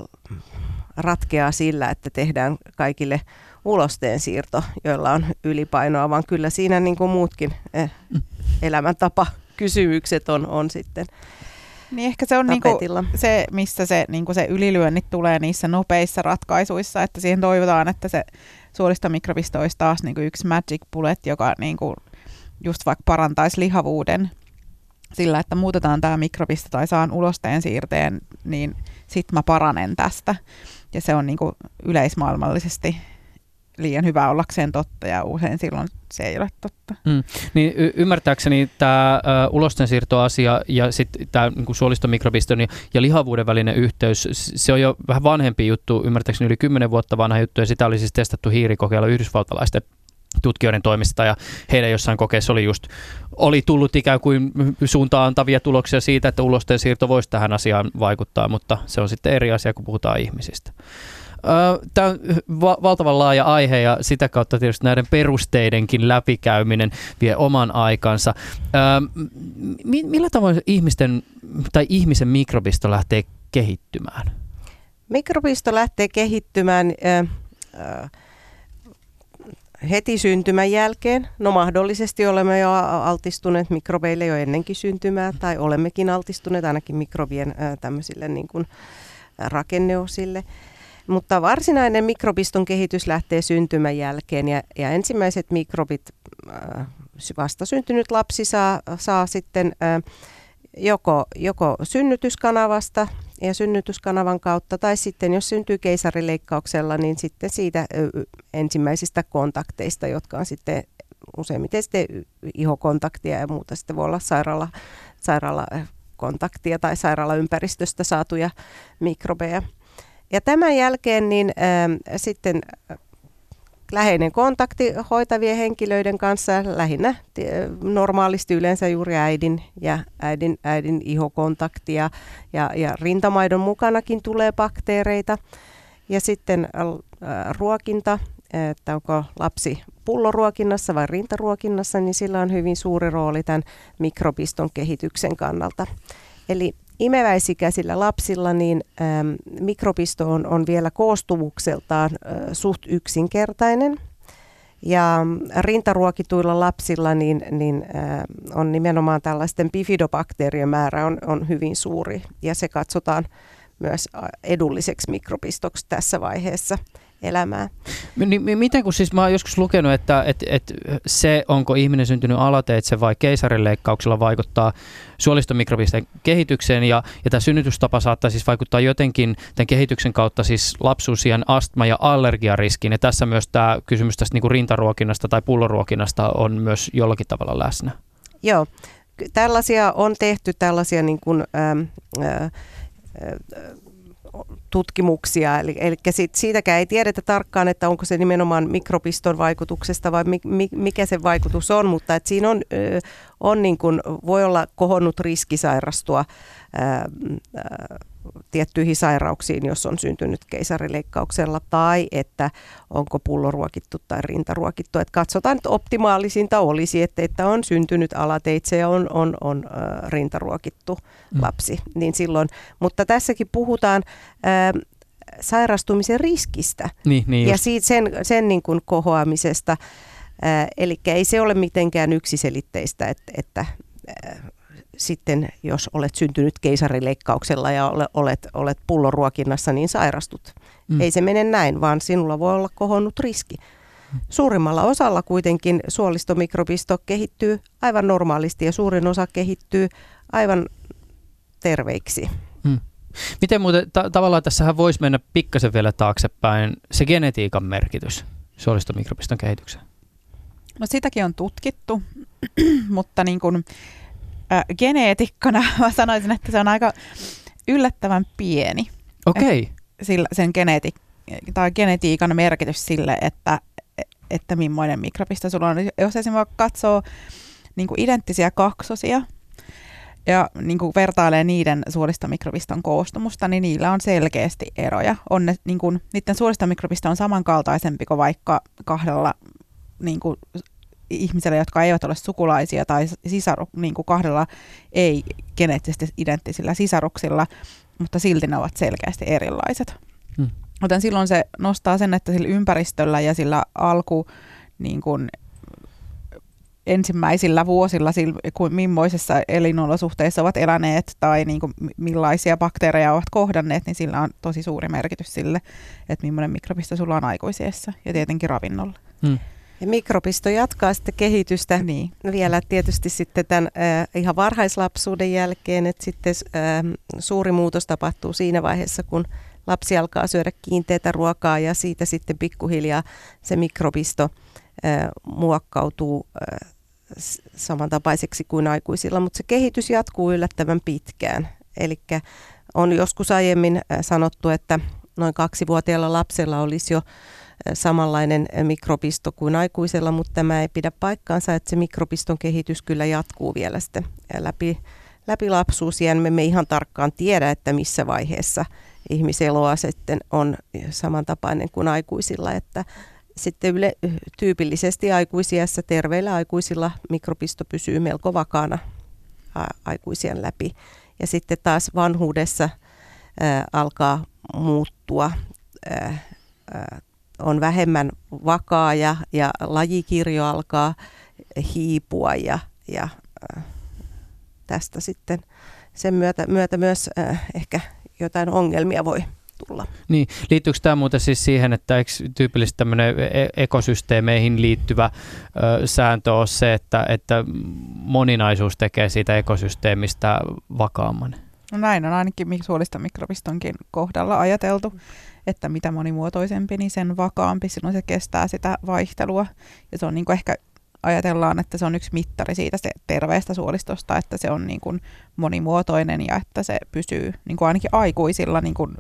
ratkeaa sillä, että tehdään kaikille ulosteen siirto, joilla on ylipainoa, vaan kyllä siinä niin kuin muutkin eh, elämäntapa-kysymykset on, on sitten niin ehkä se on niinku se, missä se, niinku se ylilyönnit tulee niissä nopeissa ratkaisuissa, että siihen toivotaan, että se suolistomikrobisto olisi taas niinku yksi magic bullet, joka niinku just vaikka parantaisi lihavuuden sillä, että muutetaan tämä mikrobisto tai saan ulosteen siirteen, niin sit mä paranen tästä. Ja se on niinku yleismaailmallisesti liian hyvä ollakseen totta ja usein silloin se ei ole totta. Mm. Niin y- ymmärtääkseni tämä ulostensiirtoasia ja sitten tämä niinku suolistomikrobiiston ja, ja lihavuuden välinen yhteys, se on jo vähän vanhempi juttu, ymmärtääkseni yli kymmenen vuotta vanha juttu, ja sitä oli siis testattu hiirikokeilla yhdysvaltalaisten tutkijoiden toimesta, ja heidän jossain kokeessa oli just oli tullut ikään kuin suuntaan antavia tuloksia siitä, että ulostensiirto voisi tähän asiaan vaikuttaa, mutta se on sitten eri asia, kun puhutaan ihmisistä. Tämä on va- valtavan laaja aihe ja sitä kautta tietysti näiden perusteidenkin läpikäyminen vie oman aikansa. Mi- millä tavoin ihmisten tai ihmisen mikrobisto lähtee kehittymään? Mikrobisto lähtee kehittymään äh, äh, heti syntymän jälkeen. No mahdollisesti olemme jo altistuneet mikrobeille jo ennenkin syntymää tai olemmekin altistuneet ainakin mikrobien äh, tämmöisille niin kuin rakenneosille. Mutta varsinainen mikrobiston kehitys lähtee syntymän jälkeen ja, ja ensimmäiset mikrobit, äh, vastasyntynyt lapsi saa, saa sitten äh, joko, joko synnytyskanavasta ja synnytyskanavan kautta, tai sitten jos syntyy keisarileikkauksella, niin sitten siitä ensimmäisistä kontakteista, jotka on sitten useimmiten sitten ihokontaktia ja muuta. Sitten voi olla sairaala, sairaalakontaktia tai sairaalaympäristöstä saatuja mikrobeja. Ja tämän jälkeen niin äh, sitten läheinen kontakti hoitavien henkilöiden kanssa, lähinnä normaalisti yleensä juuri äidin ja äidin, äidin ihokontaktia ja, ja rintamaidon mukanakin tulee bakteereita. Ja sitten äh, ruokinta, että onko lapsi pulloruokinnassa vai rintaruokinnassa, niin sillä on hyvin suuri rooli tämän mikrobiston kehityksen kannalta. Eli imeväisikäisillä lapsilla niin äm, mikrobisto on, on vielä koostumukseltaan äh, suht yksinkertainen. Ja rintaruokituilla lapsilla niin, niin, äh, on nimenomaan tällaisten bifidobakteerien määrä on, on hyvin suuri. Ja se katsotaan myös edulliseksi mikrobistoksi tässä vaiheessa elämää. Miten kun siis mä oon joskus lukenut, että, että, että se onko ihminen syntynyt alateitse vai keisarileikkauksella vaikuttaa suolistomikrobisten kehitykseen ja, ja tämä synnytystapa saattaa siis vaikuttaa jotenkin tämän kehityksen kautta siis lapsuusiän astma- ja allergiariskiin ja tässä myös tämä kysymys tästä niin kuin rintaruokinnasta tai pulloruokinnasta on myös jollakin tavalla läsnä. Joo, tällaisia on tehty tällaisia niin kuin, ähm, äh, tutkimuksia, eli, eli sit, siitäkään ei tiedetä tarkkaan, että onko se nimenomaan mikrobiston vaikutuksesta vai mi, mi, mikä se vaikutus on, mutta et siinä on, on niin kuin, voi olla kohonnut riski sairastua ää, ää, tiettyihin sairauksiin, jos on syntynyt keisarileikkauksella tai että onko pulloruokittu tai rintaruokittu. Et katsotaan, että optimaalisinta olisi, että, että on syntynyt alateitse ja on, on, on äh, rintaruokittu mm. lapsi. Niin silloin, mutta tässäkin puhutaan äh, sairastumisen riskistä niin, niin ja siitä sen, sen niin kuin kohoamisesta. Äh, eli ei se ole mitenkään yksiselitteistä, että, että äh, sitten jos olet syntynyt keisarileikkauksella ja olet, olet pulloruokinnassa, niin sairastut. Mm. Ei se mene näin, vaan sinulla voi olla kohonnut riski. Suurimmalla osalla kuitenkin suolistomikrobisto kehittyy aivan normaalisti ja suurin osa kehittyy aivan terveiksi. Mm. Miten muuten, ta- tavallaan tässähän voisi mennä pikkasen vielä taaksepäin se genetiikan merkitys suolistomikrobiston kehitykseen? No sitäkin on tutkittu, mutta niin kuin Äh, geneetikkana mä sanoisin, että se on aika yllättävän pieni. Okei. Okay. Sillä sen geneeti- tai genetiikan merkitys sille, että, että millainen mikrobisto sulla on. Jos esimerkiksi katsoo niin kuin identtisiä kaksosia ja niin kuin vertailee niiden suolistomikrobiston koostumusta, niin niillä on selkeästi eroja. On ne, niin kuin, niiden suolistomikrobista on samankaltaisempi kuin vaikka kahdella niin kuin ihmisellä, jotka eivät ole sukulaisia tai sisaru, niin kuin kahdella ei geneettisesti identtisillä sisaruksilla, mutta silti ne ovat selkeästi erilaiset. Hmm. Joten silloin se nostaa sen, että sillä ympäristöllä ja sillä alku niin kuin ensimmäisillä vuosilla, kuin millaisissa elinolosuhteissa ovat eläneet tai niin kuin millaisia bakteereja ovat kohdanneet, niin sillä on tosi suuri merkitys sille, että millainen mikrobisto sulla on aikuisiässä ja tietenkin ravinnolla. Hmm. Ja mikrobisto jatkaa sitten kehitystä niin. vielä tietysti sitten tämän äh, ihan varhaislapsuuden jälkeen, että sitten äh, suuri muutos tapahtuu siinä vaiheessa, kun lapsi alkaa syödä kiinteätä ruokaa ja siitä sitten pikkuhiljaa se mikrobisto äh, muokkautuu äh, samantapaiseksi kuin aikuisilla, mutta se kehitys jatkuu yllättävän pitkään. Eli on joskus aiemmin äh, sanottu, että noin kaksivuotiaalla lapsella olisi jo samanlainen mikrobisto kuin aikuisella, mutta tämä ei pidä paikkaansa, että se mikrobiston kehitys kyllä jatkuu vielä sitten läpi, läpi lapsuusien. Me emme ihan tarkkaan tiedä, että missä vaiheessa ihmiseloa sitten on samantapainen kuin aikuisilla, että sitten yle, tyypillisesti aikuisiässä terveillä aikuisilla mikrobisto pysyy melko vakaana a, aikuisien läpi. Ja sitten taas vanhuudessa ää, alkaa muuttua, ää, ää, on vähemmän vakaa ja, ja lajikirjo alkaa hiipua ja, ja ää, tästä sitten sen myötä, myötä myös ää, ehkä jotain ongelmia voi tulla. Niin, liittyykö tämä muuten siis siihen, että eikö tyypillisesti tämmöinen ekosysteemeihin liittyvä ö, sääntö on se, että, että moninaisuus tekee siitä ekosysteemistä vakaamman? No näin on ainakin suoliston mikrobistonkin kohdalla ajateltu, että mitä monimuotoisempi, niin sen vakaampi, silloin se kestää sitä vaihtelua. Ja se on niin kuin ehkä ajatellaan, että se on yksi mittari siitä se terveestä suolistosta, että se on niin kuin monimuotoinen ja että se pysyy niin kuin ainakin aikuisilla niin kuin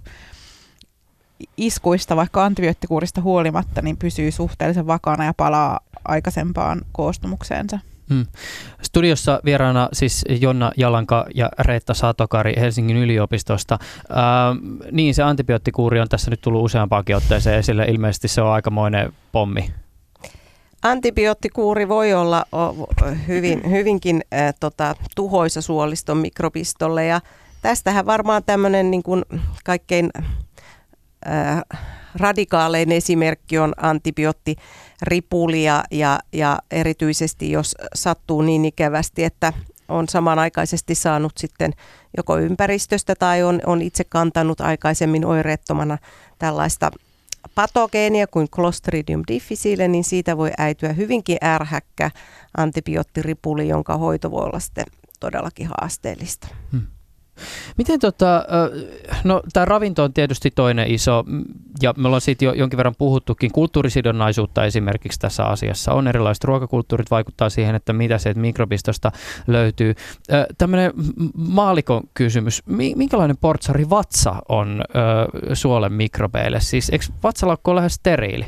iskuista, vaikka antibioottikuurista huolimatta, niin pysyy suhteellisen vakaana ja palaa aikaisempaan koostumukseensa. Hmm. Studiossa vieraana siis Jonna Jalanka ja Reetta Satokari Helsingin yliopistosta. Ää, niin, se antibioottikuuri on tässä nyt tullut useampaankin otteeseen esille. Ilmeisesti se on aikamoinen pommi. Antibioottikuuri voi olla hyvin, hyvinkin äh, tota, tuhoisa suoliston mikrobistolle ja tästähän varmaan tämmöinen niin kuin kaikkein äh, radikaalein esimerkki on antibioottiripuli ja, ja, ja erityisesti jos sattuu niin ikävästi, että on samanaikaisesti saanut sitten joko ympäristöstä tai on, on itse kantanut aikaisemmin oireettomana tällaista patogeenia kuin Clostridium difficile, niin siitä voi äityä hyvinkin ärhäkkä antibioottiripuli, jonka hoito voi olla sitten todellakin haasteellista. Hmm. Miten tota, no tämä ravinto on tietysti toinen iso, ja me ollaan siitä jo jonkin verran puhuttukin, kulttuurisidonnaisuutta esimerkiksi tässä asiassa. On erilaiset ruokakulttuurit, vaikuttaa siihen, että mitä sieltä mikrobistosta löytyy. Tämmöinen maalikon kysymys, minkälainen portsari vatsa on suolen mikrobeille? Siis eikö vatsalakko ole lähes steriili?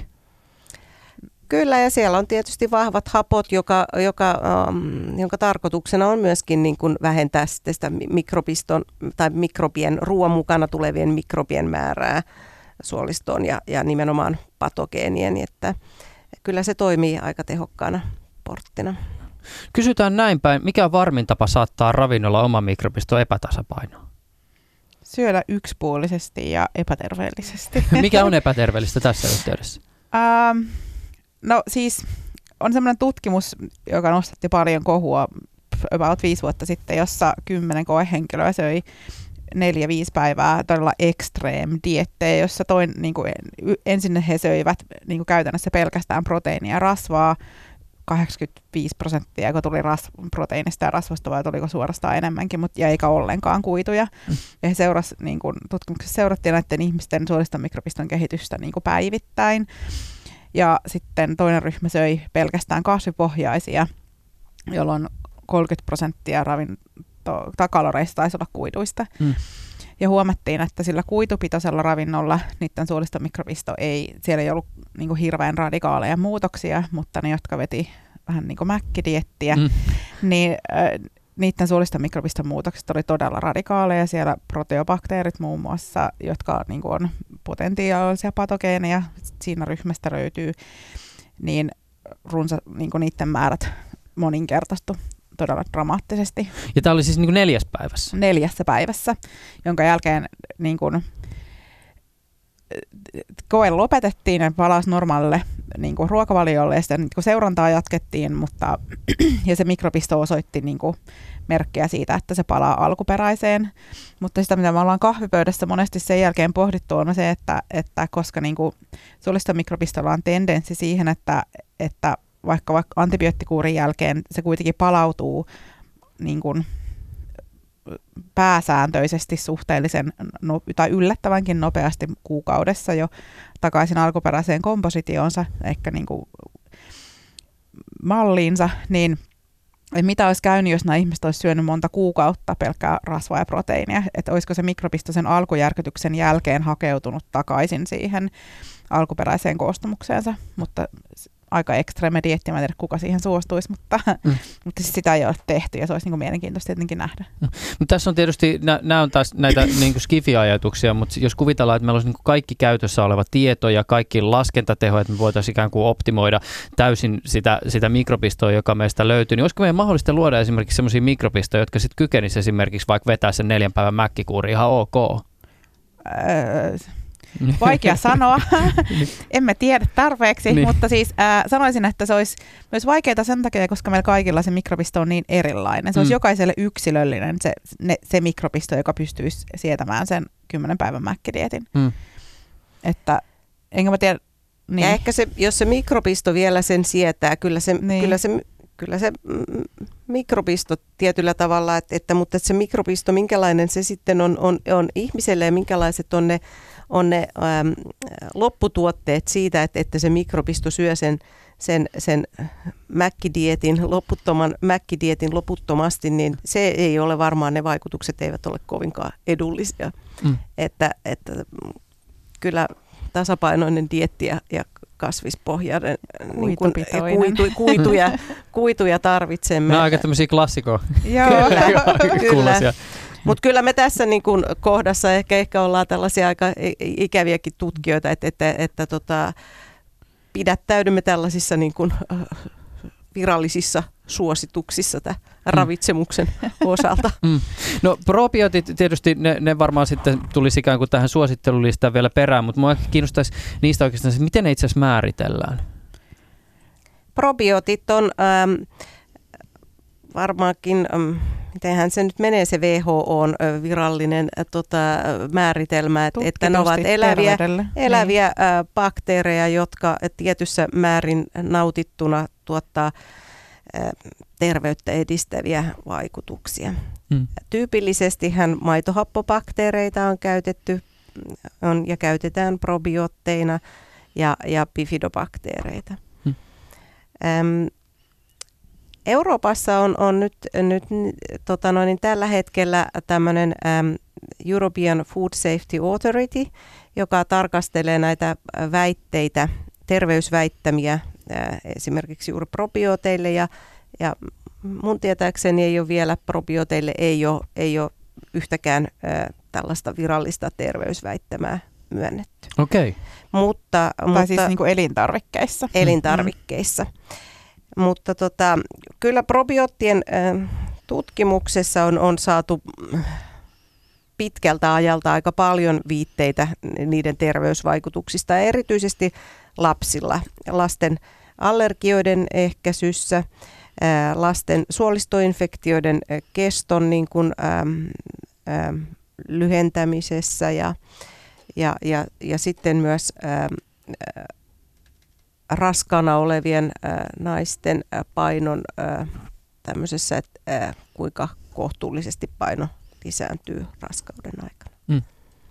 Kyllä, ja siellä on tietysti vahvat hapot, joka, joka, um, jonka tarkoituksena on myöskin niin kuin vähentää sitä mikrobiston tai mikrobien, ruoan mukana tulevien mikrobien määrää suolistoon ja, ja nimenomaan patogeenien, että kyllä se toimii aika tehokkaana porttina. Kysytään näin päin, mikä on varmin tapa saattaa ravinnolla oma mikrobiston epätasapainoon? Syödä yksipuolisesti ja epäterveellisesti. Mikä on epäterveellistä tässä yhteydessä? Um, No siis on semmoinen tutkimus, joka nostatti paljon kohua about viisi vuotta sitten, jossa kymmenen koehenkilöä söi neljä viisi päivää todella extreme diettejä, jossa toin, niin kuin, ensin he söivät niin kuin käytännössä pelkästään proteiinia ja rasvaa, kahdeksankymmentäviisi prosenttia, kun tuli ras, proteiinista ja rasvasta, vai tuliko suorastaan enemmänkin, mutta eikä ollenkaan kuituja. Mm. Ja he seuras, niin kuin, tutkimuksessa seurattiin näiden ihmisten suoliston mikrobiston kehitystä niin kuin päivittäin. Ja sitten toinen ryhmä söi pelkästään kasvipohjaisia, jolloin kolmekymmentä prosenttia ravinto- tai kaloreista taisi olla kuiduista. Mm. Ja huomattiin, että sillä kuitupitoisella ravinnolla niiden suoliston mikrobisto ei, siellä ei ollut niin kuin hirveän radikaaleja muutoksia, mutta ne, jotka veti vähän niin kuin mäkkidiettiä, mm. niin äh, niiden suoliston mikrobiston muutokset oli todella radikaaleja. Siellä proteobakteerit muun muassa, jotka niin kuin on potentiaalisia patogeeneja, siinä ryhmästä löytyy, niin runsa niin kuin niiden määrät moninkertaistu todella dramaattisesti. Ja tämä oli siis niin kuin neljäs päivässä? Neljässä päivässä, jonka jälkeen niin kuin, koe lopetettiin ja palasi normaalille niin kuin ruokavaliolle ja sitten niin kuin seurantaa jatkettiin, mutta ja se mikrobisto osoitti niin kuin merkkejä siitä, että se palaa alkuperäiseen. Mutta sitä, mitä me ollaan kahvipöydässä monesti sen jälkeen pohdittu, on se, että, että koska niin kuin suoliston mikrobistolla on tendenssi siihen, että, että vaikka, vaikka antibioottikuurin jälkeen se kuitenkin palautuu niin kuin pääsääntöisesti suhteellisen no, tai yllättävänkin nopeasti kuukaudessa jo takaisin alkuperäiseen kompositioonsa, ehkä niin kuin malliinsa, niin mitä olisi käynyt, jos nämä ihmiset olisi syönyt monta kuukautta pelkkää rasvaa ja proteiinia, että olisiko se mikrobisto sen alkujärkytyksen jälkeen hakeutunut takaisin siihen alkuperäiseen koostumukseensa, mutta aika ekstreme dieetti, mä en tiedä kuka siihen suostuisi, mutta, mm. mutta siis sitä ei ole tehty ja se olisi niin kuin mielenkiintoista tietenkin nähdä. No, tässä on tietysti, nämä on taas näitä niin kuin skifi-ajatuksia, mutta jos kuvitellaan, että meillä olisi niin kuin kaikki käytössä oleva tieto ja kaikki laskentateho, että me voitaisiin ikään kuin optimoida täysin sitä, sitä mikrobistoa, joka meistä löytyy, niin olisiko meidän mahdollista luoda esimerkiksi sellaisia mikrobistoja, jotka sitten kykenisivät esimerkiksi vaikka vetää sen neljän päivän mäkkikuuri ihan ok? Öö, vaikea sanoa. Emme tiedä tarpeeksi, Niin. mutta siis äh, sanoisin, että se olisi myös vaikeaa sen takia, koska meillä kaikilla se mikrobisto on niin erilainen. Se olisi Mm. jokaiselle yksilöllinen se, ne, se mikrobisto, joka pystyisi sietämään sen kymmenen päivän mäkkidietin. Mm. Että enkä mä tiedä. Niin. Ja ehkä se, jos se mikrobisto vielä sen sietää, kyllä se, Niin. kyllä se, kyllä se mm, mikrobisto tietyllä tavalla, että, että, mutta että se mikrobisto, minkälainen se sitten on, on, on ihmiselle ja minkälaiset on ne, on ne äm, lopputuotteet siitä, että, että se mikrobisto syö sen, sen, sen mäkkidietin, loputtoman mäkkidietin loputtomasti, niin se ei ole varmaan, ne vaikutukset eivät ole kovinkaan edullisia. Mm. Että, että kyllä tasapainoinen dieetti ja, ja kasvispohjainen niin kuin, Kuitupitoinen. kuitu, kuituja, kuituja tarvitsemme. Nämä on aika tämmöisiä klassikoja. Joo. Kuulosia. Mutta kyllä me tässä niin kun kohdassa ehkä, ehkä ollaan tällaisia aika i- ikäviäkin tutkijoita, että, että, että tota, pidättäydymme tällaisissa niin kun, äh, virallisissa suosituksissa tämän ravitsemuksen osalta. Mm. No probiotit tietysti, ne, ne varmaan sitten tulisi ikään kuin tähän suosittelulistaan vielä perään, mutta minua kiinnostaisi niistä oikeastaan, että miten ne itse asiassa määritellään? Probiotit on ähm, varmaankin, ähm, mitenhän se nyt menee se W H O:n äh, virallinen äh, tota, määritelmä, että, että ne ovat Tutkitusti eläviä, terveydelle. eläviä äh, bakteereja, jotka tietyssä määrin nautittuna tuottaa äh, terveyttä edistäviä vaikutuksia. Mm. Tyypillisestihän maitohappobakteereita on käytetty on, ja käytetään probiootteina ja, ja bifidobakteereita. Mm. Äm, Euroopassa on, on nyt, nyt tota noin, tällä hetkellä tämmöinen äm, European Food Safety Authority, joka tarkastelee näitä väitteitä, terveysväittämiä ää, esimerkiksi juuri probiooteille ja, ja mun tietääkseni ei ole vielä probiooteille ei ole, ei ole yhtäkään ää, tällaista virallista terveysväittämää myönnetty. Okei. Okay. Mutta, Tai mutta siis niin kuin elintarvikkeissa. elintarvikkeissa. Mutta tota, kyllä probioottien äh, tutkimuksessa on, on saatu pitkältä ajalta aika paljon viitteitä niiden terveysvaikutuksista, ja erityisesti lapsilla, lasten allergioiden ehkäisyssä, äh, lasten suolistoinfektioiden keston niin kuin, ähm, ähm, lyhentämisessä ja, ja, ja, ja sitten myös ähm, äh, raskaana olevien äh, naisten äh, painon äh, tämmöisessä, että äh, kuinka kohtuullisesti paino lisääntyy raskauden aikana. Mm.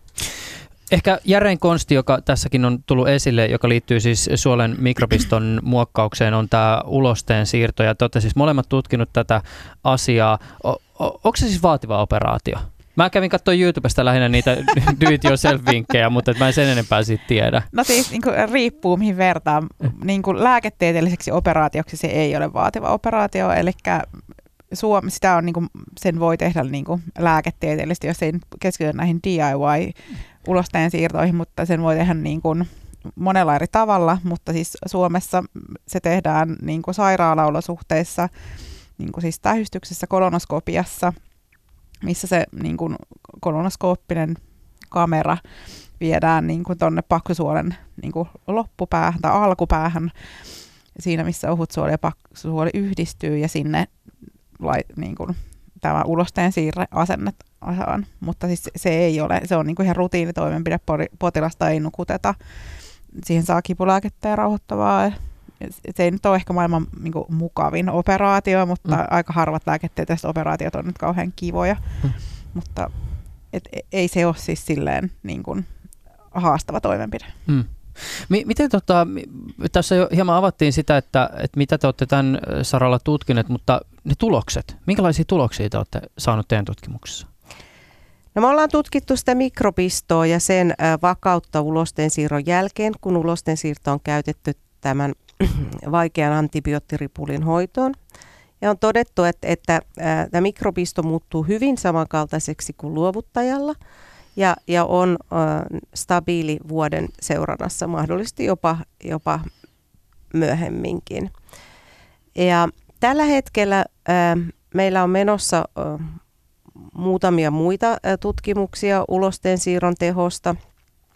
Ehkä järein konsti, joka tässäkin on tullut esille, joka liittyy siis suolen mikrobiston muokkaukseen, on tämä ulosteen siirto. Ja te olette siis molemmat tutkinut tätä asiaa. O- o- onko se siis vaativa operaatio? Mä kävin katsoa YouTubesta lähinnä niitä do it yourself-vinkkejä, mutta mä en sen enempää siitä tiedä. No siis niin kuin, riippuu mihin vertaan. Niin kuin lääketieteelliseksi operaatioksi se ei ole vaativa operaatio, eli Suomi, sitä on, niin kuin, sen voi tehdä niin kuin lääketieteellisesti, jos ei keskitytä näihin D I Y-ulosteen siirtoihin, mutta sen voi tehdä niin kuin monella eri tavalla, mutta siis Suomessa se tehdään niin kuin sairaalaolosuhteissa, niin kuin siis tähystyksessä, kolonoskopiassa, missä se niin kuin kolonoskooppinen kamera viedään niin kuin tuonne paksusuolen niin kuin loppupäähän tai alkupäähän, siinä missä ohutsuoli ja paksusuoli yhdistyy, ja sinne lai, niin kuin, tämä ulosteen siirre asennetaan. Mutta siis se ei ole, se on niin kuin ihan rutiinitoimenpide, potilasta ei nukuteta. Siihen saa kipulääkettä ja rauhoittavaa. Se ei nyt ole ehkä maailman niin kuin, mukavin operaatio, mutta mm. aika harvat lääketieteelliset operaatiot on nyt kauhean kivoja. Mm. Mutta et, ei se ole siis silleen niin kuin, haastava toimenpide. Mm. Miten tota, tässä jo hieman avattiin sitä, että, että mitä te olette tämän saralla tutkineet, mutta ne tulokset, minkälaisia tuloksia te olette saaneet teidän tutkimuksessa? No me ollaan tutkittu sitä mikrobistoa ja sen vakautta ulosten siirron jälkeen, kun ulosten siirto on käytetty tämän vaikean antibioottiripulin hoitoon. Ja on todettu, että, että tämä mikrobisto muuttuu hyvin samankaltaiseksi kuin luovuttajalla ja, ja on äh, stabiili vuoden seurannassa, mahdollisesti jopa, jopa myöhemminkin. Ja tällä hetkellä äh, meillä on menossa äh, muutamia muita äh, tutkimuksia ulosten siirron tehosta.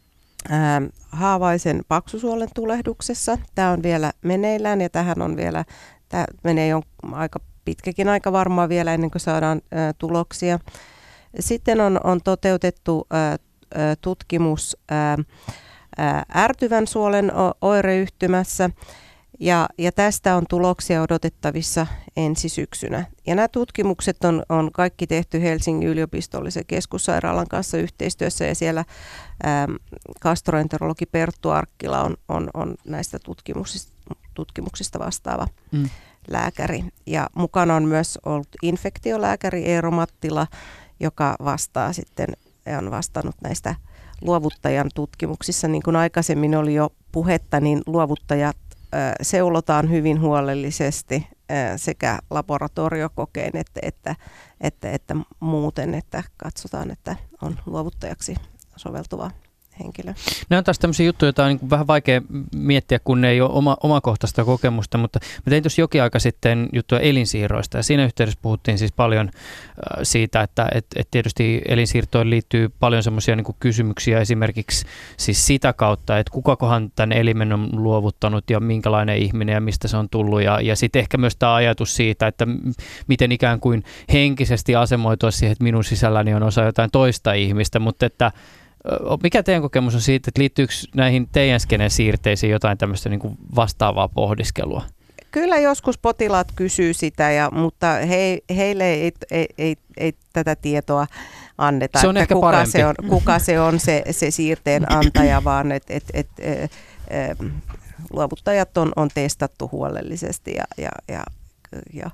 ää, haavaisen paksusuolen tulehduksessa. Tämä on vielä meneillään ja tähän on vielä, tämä menee jo aika pitkäkin aika varmaan vielä ennen kuin saadaan ää, tuloksia. Sitten on, on toteutettu ää, tutkimus ää, ää, ärtyvän suolen oireyhtymässä ja, ja tästä on tuloksia odotettavissa ensi syksynä. Ja nämä tutkimukset on, on kaikki tehty Helsingin yliopistollisen keskussairaalan kanssa yhteistyössä ja siellä ää, gastroenterologi Perttu Arkkila on, on, on näistä tutkimuksista, tutkimuksista vastaava mm. lääkäri. Ja mukana on myös ollut infektiolääkäri Eero Mattila, joka vastaa sitten ja on vastannut näistä luovuttajan tutkimuksissa. Niin kuin aikaisemmin oli jo puhetta, niin luovuttajat äh, seulotaan hyvin huolellisesti äh, sekä laboratoriokokein että, että, että, että muuten, että katsotaan, että on luovuttajaksi soveltuva henkilö. Nämä on taas tämmöisiä juttuja, joita on niin vähän vaikea miettiä, kun ne ei ole oma, omakohtaista kokemusta, mutta mä tein tuossa jokin aika sitten juttuja elinsiirroista ja siinä yhteydessä puhuttiin siis paljon äh, siitä, että et, et tietysti elinsiirtoon liittyy paljon semmoisia niin kuin kysymyksiä esimerkiksi siis sitä kautta, että kukakohan tämän elimen on luovuttanut ja minkälainen ihminen ja mistä se on tullut ja, ja sitten ehkä myös tämä ajatus siitä, että m- miten ikään kuin henkisesti asemoitua siihen, että minun sisälläni on osa jotain toista ihmistä, mutta että mikä teidän kokemus on siitä, että liittyykö näihin teidän skenen siirteisiin jotain tämmöistä niin kuin vastaavaa pohdiskelua? Kyllä joskus potilaat kysyy sitä, ja, mutta he, heille ei, ei, ei, ei tätä tietoa anneta, se on että ehkä kuka, parempi. se on, kuka se on se, se siirteen antaja, vaan että et, et, et, et, luovuttajat on, on testattu huolellisesti ja, ja, ja, ja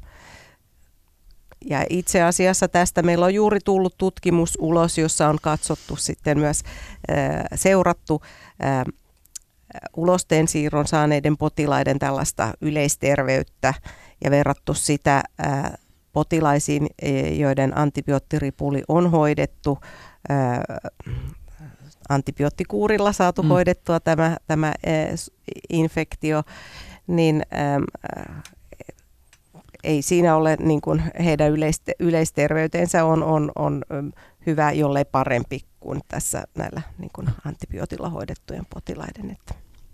Ja itse asiassa tästä meillä on juuri tullut tutkimus ulos, jossa on katsottu sitten myös äh, seurattu äh, ulosteen siirron saaneiden potilaiden tällaista yleisterveyttä ja verrattu sitä äh, potilaisiin, joiden antibioottiripuli on hoidettu, äh, antibioottikuurilla saatu mm. hoidettua tämä, tämä äh, infektio, niin äh, ei siinä ole, niin kuin heidän yleiste, yleisterveytensä on, on, on hyvä, jollei parempi kuin tässä näillä niin kuin antibiootilla hoidettujen potilaiden. Että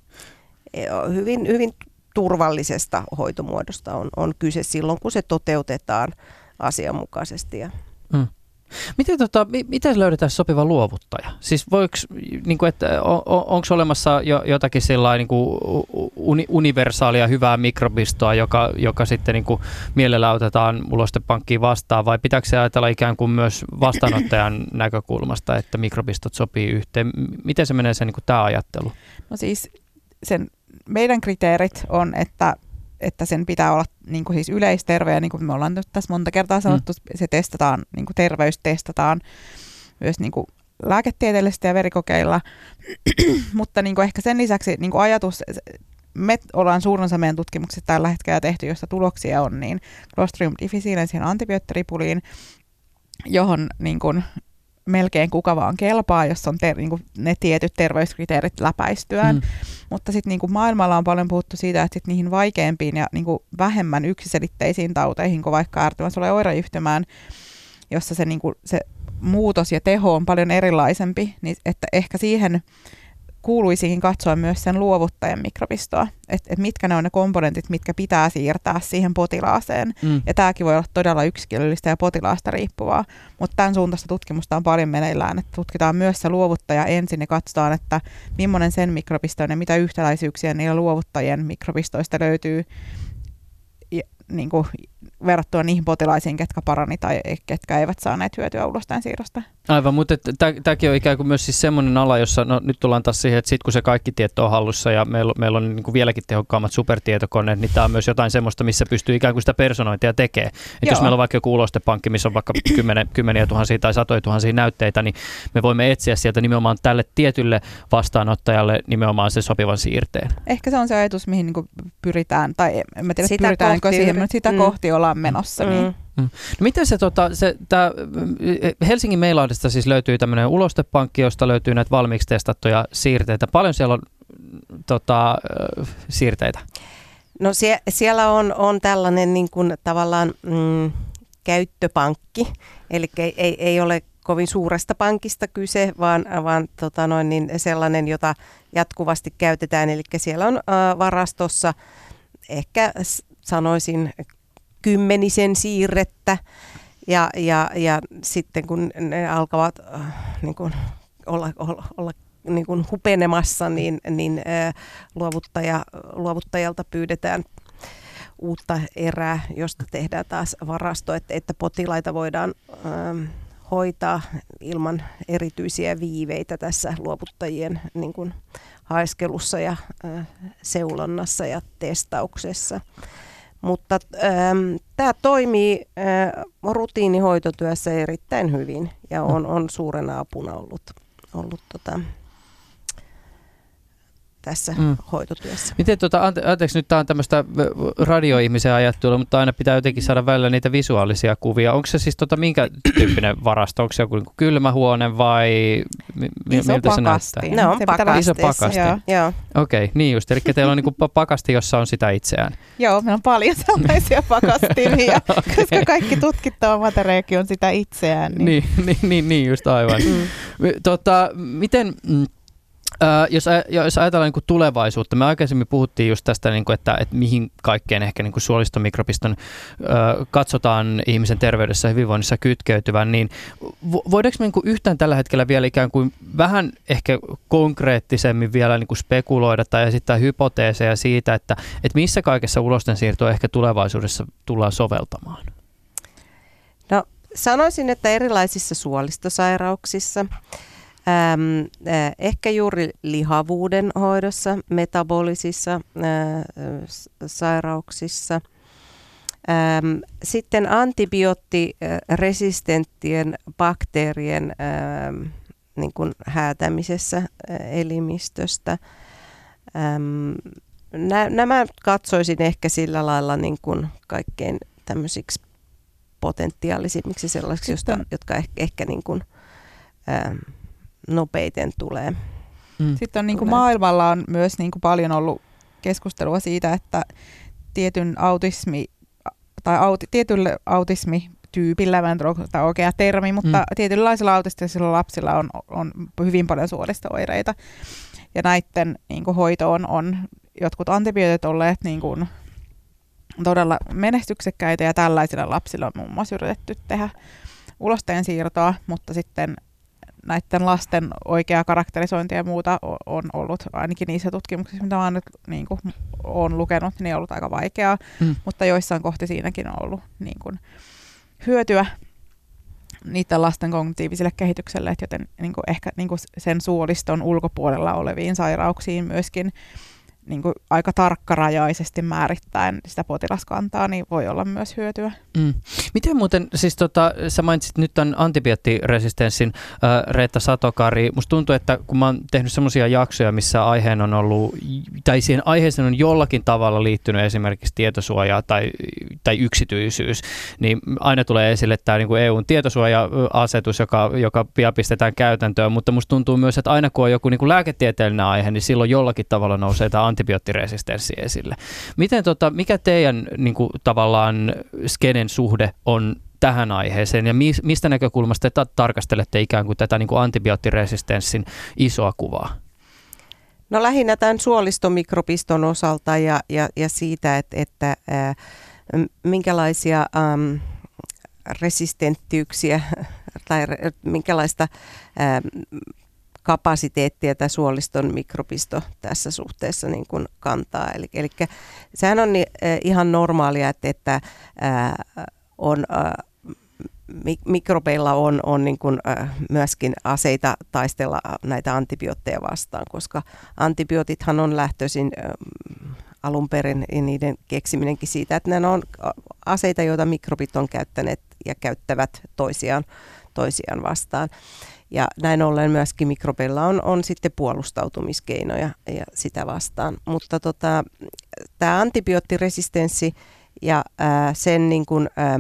hyvin, hyvin turvallisesta hoitomuodosta on, on kyse silloin, kun se toteutetaan asianmukaisesti. Ja mm. Miten, tota, miten löydetään sopiva luovuttaja? Siis voiko, niin kuin, että on, onko olemassa jo, jotakin sellainen niin kuin uni, universaalia hyvää mikrobistoa, joka, joka sitten niin kuin mielellä otetaan ulostepankkiin vastaan, vai pitääkö se ajatella ikään kuin myös vastaanottajan näkökulmasta, että mikrobistot sopii yhteen? Miten se menee se niin kuin tämä ajattelu? No siis sen, meidän kriteerit on, että että sen pitää olla niin kuin siis yleisterve, ja niin kuin me ollaan nyt tässä monta kertaa sanottu, mm. se testataan, niin kuin terveys testataan myös niin kuin lääketieteellisesti ja verikokeilla, mutta niin kuin ehkä sen lisäksi niin kuin ajatus, me ollaan suurin osa meidän tutkimuksista tällä hetkellä tehty, josta tuloksia on, niin Clostridium difficile siihen antibioottoripuliin, johon niin kuin melkein kuka vaan kelpaa, jos on ter- niinku ne tietyt terveyskriteerit läpäistyään. Mm. Mutta sitten niinku maailmalla on paljon puhuttu siitä, että sit niihin vaikeampiin ja niinku vähemmän yksiselitteisiin tauteihin, kuin vaikka ärtyvän suolen oireyhtymään, jossa se, niinku, se muutos ja teho on paljon erilaisempi, niin että ehkä siihen kuuluisikin katsoa myös sen luovuttajan mikrobistoa, että et mitkä ne on ne komponentit, mitkä pitää siirtää siihen potilaaseen. Mm. Ja tämäkin voi olla todella yksilöllistä ja potilaasta riippuvaa, mutta tämän suuntaista tutkimusta on paljon meneillään, että tutkitaan myös se luovuttaja ensin ja katsotaan, että millainen sen mikrobisto on ja mitä yhtäläisyyksiä niillä luovuttajien mikrobistoista löytyy ja, niin kuin, verrattuna niihin potilaisiin, ketkä parani tai ketkä eivät saaneet hyötyä ulosteen siirrosta. Aivan, mutta tämäkin on ikään kuin myös siis semmoinen ala, jossa no, nyt tullaan taas siihen, että sitten kun se kaikki tieto on hallussa ja meillä, meillä on niin kuin vieläkin tehokkaammat supertietokoneet, niin tämä on myös jotain semmoista, missä pystyy ikään kuin sitä personointia tekemään. Että jos meillä on vaikka joku ulostepankki, missä on vaikka kymmenen, kymmeniä tuhansia tai satoja tuhansia näytteitä, niin me voimme etsiä sieltä nimenomaan tälle tietylle vastaanottajalle nimenomaan sen sopivan siirteen. Ehkä se on se ajatus, mihin niin kuin pyritään, tai en mä tiedä, sitä pyritäänkö siihen, mutta sitä mm. kohti ollaan menossa. Mm. Niin. Mm. No miten se, tota, se tää, Helsingin Meilahdesta siis löytyy tämmöinen ulostepankki, josta löytyy näitä valmiiksi testattuja siirteitä. Paljon siellä on tota, siirteitä? No sie, siellä on, on tällainen niin kuin tavallaan mm, käyttöpankki, eli ei, ei, ei ole kovin suuresta pankista kyse, vaan, vaan tota noin, niin sellainen, jota jatkuvasti käytetään. Eli siellä on ä, varastossa ehkä sanoisin kymmenisen siirrettä ja, ja, ja sitten kun ne alkavat äh, niin kuin olla, olla, olla niin kuin hupenemassa, niin, niin äh, luovuttaja, luovuttajalta pyydetään uutta erää, josta tehdään taas varasto, että, että potilaita voidaan ähm, hoitaa ilman erityisiä viiveitä tässä luovuttajien niin kuin haiskelussa ja äh, seulonnassa ja testauksessa. Mutta ähm, tämä toimii äh, rutiinihoitotyössä erittäin hyvin ja on, on suurena apuna ollut, ollut tota, tässä mm. hoitotyössä. Miten tuota, ante, anteeksi, nyt tämä on tämmöistä radioihmisen ajattelua, mutta aina pitää jotenkin saada välillä niitä visuaalisia kuvia. Onko se siis tota, minkä tyyppinen varasto? Onko se joku niin kylmä huone vai mi, iso miltä pakasti. se näyttää? Ne on pakasti. Iso pakasti. Joo. Joo. Okei, niin just. Eli teillä on niin kuin pakasti, jossa on sitä itseään. Joo, meillä on paljon sellaisia pakastimia, okay. Koska kaikki tutkittava materiaalikin on sitä itseään. Niin, niin, niin, niin, niin just aivan. Mm. Tota, miten... Mm, Uh, jos, jos ajatellaan niin kuin tulevaisuutta, me aikaisemmin puhuttiin just tästä, niin kuin, että, että mihin kaikkeen ehkä niin kuin suolistomikropiston uh, katsotaan ihmisen terveydessä ja hyvinvoinnissa kytkeytyvän, niin voidaanko me niin kuin yhtään tällä hetkellä vielä ikään kuin vähän ehkä konkreettisemmin vielä niin kuin spekuloida tai esittää hypoteeseja siitä, että, että missä kaikessa ulostensiirtoa ehkä tulevaisuudessa tullaan soveltamaan? No sanoisin, että erilaisissa suolistosairauksissa, Ähm, äh, ehkä juuri lihavuuden hoidossa, metabolisissa äh, sairauksissa, ähm, sitten antibioottiresistenttien bakteerien ähm, niin kuin häätämisessä äh, elimistöstä. Ähm, nä, nämä katsoisin ehkä sillä lailla niin kuin kaikkein tämmöisiksi potentiaalisimmiksi sellaisiksi, josta, jotka ehkä, ehkä niin kuin, ähm, nopeiten tulee. Mm. Sitten on, niin kuin maailmalla on myös niin kuin paljon ollut keskustelua siitä, että tietyn autismi tai auti, tietylle autismityypillä, mä en tiedä, onko tämä oikea termi, mutta mm. tietynlaisilla autistisilla lapsilla on, on hyvin paljon suolisto-oireita. Ja näiden niin kuin hoitoon on jotkut antibiootit olleet niin kuin todella menestyksekkäitä ja tällaisilla lapsilla on muun muassa yritetty tehdä ulosteen siirtoa, mutta sitten näiden lasten oikea karakterisointi ja muuta on ollut ainakin niissä tutkimuksissa, mitä olen nyt niin kuin, olen lukenut, niin on ollut aika vaikeaa, mm. mutta joissain kohti siinäkin on ollut niin kuin, hyötyä niiden lasten kognitiiviselle kehitykselle, joten niin kuin, ehkä niin kuin sen suoliston ulkopuolella oleviin sairauksiin myöskin niin kuin aika tarkkarajaisesti määrittäen sitä potilaskantaa, niin voi olla myös hyötyä. Mm. Miten muuten, siis tota, sä mainitsit nyt tämän antibioottiresistenssin, äh, Reetta Satokari. Musta tuntuu, että kun mä oon tehnyt semmoisia jaksoja, missä aiheen on ollut, tai siihen aiheeseen on jollakin tavalla liittynyt esimerkiksi tietosuoja tai, tai yksityisyys, niin aina tulee esille tämä niin kuin E U:n tietosuoja-asetus, joka, joka pian pistetään käytäntöön, mutta musta tuntuu myös, että aina kun on joku niin kuin lääketieteellinen aihe, niin silloin jollakin tavalla nousee tämä antibioottiresistenssi esille. Miten, tota, mikä teidän niin kuin, tavallaan skenen suhde on tähän aiheeseen ja mi- mistä näkökulmasta te ta- tarkastelette ikään kuin tätä niin kuin antibioottiresistenssin isoa kuvaa? No lähinnä tämän suolistomikropiston osalta ja, ja, ja siitä, että, että ää, minkälaisia äm, resistenttiyksiä tai minkälaista ää, kapasiteettia tämä suoliston mikropisto tässä suhteessa niin kuin kantaa. Eli, eli sehän on ni, eh, ihan normaalia, että, että ää, on, ää, mikrobeilla on, on niin kuin, ää, myöskin aseita taistella näitä antibiootteja vastaan, koska antibiootithan on lähtöisin ää, alun perin ja niiden keksiminenkin siitä, että nämä on aseita, joita mikrobit on käyttäneet ja käyttävät toisiaan, toisiaan vastaan. Ja näin ollen myöskin mikrobeilla on, on sitten puolustautumiskeinoja ja sitä vastaan. Mutta tota, tämä antibioottiresistenssi ja ää, sen niin kuin, ää,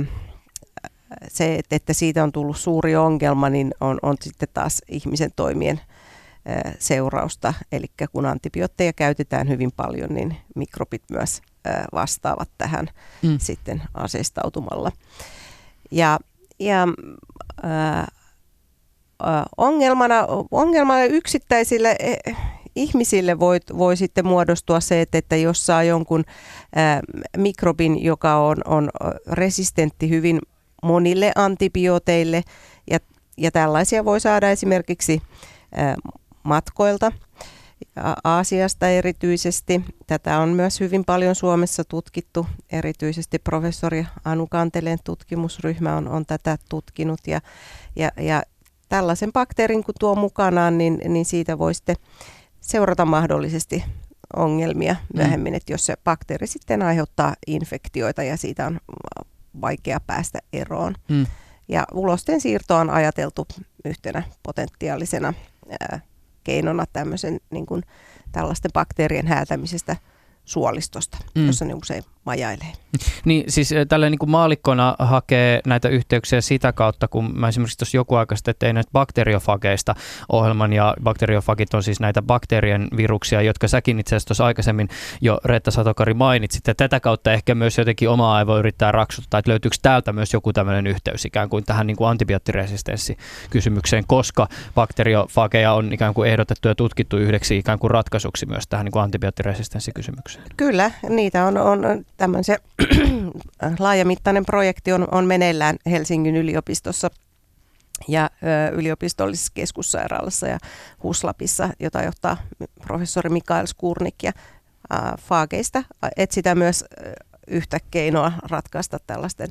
se, että siitä on tullut suuri ongelma, niin on, on sitten taas ihmisen toimien ää, seurausta. Eli kun antibiootteja käytetään hyvin paljon, niin mikrobit myös ää, vastaavat tähän mm. sitten aseistautumalla. Ja, ja ää, ongelmana, ongelmana yksittäisille ihmisille voi, voi sitten muodostua se, että, että jos saa jonkun ää, mikrobin, joka on, on resistentti hyvin monille antibiooteille, ja, ja tällaisia voi saada esimerkiksi ää, matkoilta, Aasiasta erityisesti. Tätä on myös hyvin paljon Suomessa tutkittu, erityisesti professori Anu Kanteleen tutkimusryhmä on, on tätä tutkinut, ja, ja, ja tällaisen bakteerin kun tuo mukanaan, niin, niin siitä voi sitten seurata mahdollisesti ongelmia myöhemmin, että jos se bakteeri sitten aiheuttaa infektioita ja siitä on vaikea päästä eroon. Mm. Ja ulosten siirto on ajateltu yhtenä potentiaalisena ää, keinona tämmöisen niin kuin tällaisten bakteerien häätämisestä suolistosta, mm. jossa ne usein majailee. Niin siis tälleen niin kuin maallikkona hakee näitä yhteyksiä sitä kautta, kun mä esimerkiksi tuossa joku aika sitten tein näitä bakteriofageista ohjelman, ja bakteriofagit on siis näitä bakteerien viruksia, jotka säkin itse asiassa tuossa aikaisemmin jo Reetta Satokari mainitsit, ja tätä kautta ehkä myös jotenkin omaa aivoa yrittää raksuttaa, että löytyykö täältä myös joku tämmöinen yhteys ikään kuin tähän niin kuin antibioottiresistenssikysymykseen, koska bakteriofageja on ikään kuin ehdotettu ja tutkittu yhdeksi ikään kuin ratkaisuksi myös tähän niin kuin antibioottiresistenssikysymykseen. Kyllä, niitä on, on tämmöinen se laajamittainen projekti on, on meneillään Helsingin yliopistossa ja ö, yliopistollisessa keskussairaalassa ja HUSLABissa, jota johtaa professori Mikael Skurnik, ja ä, faageista etsitään myös yhtä keinoa ratkaista tällaisten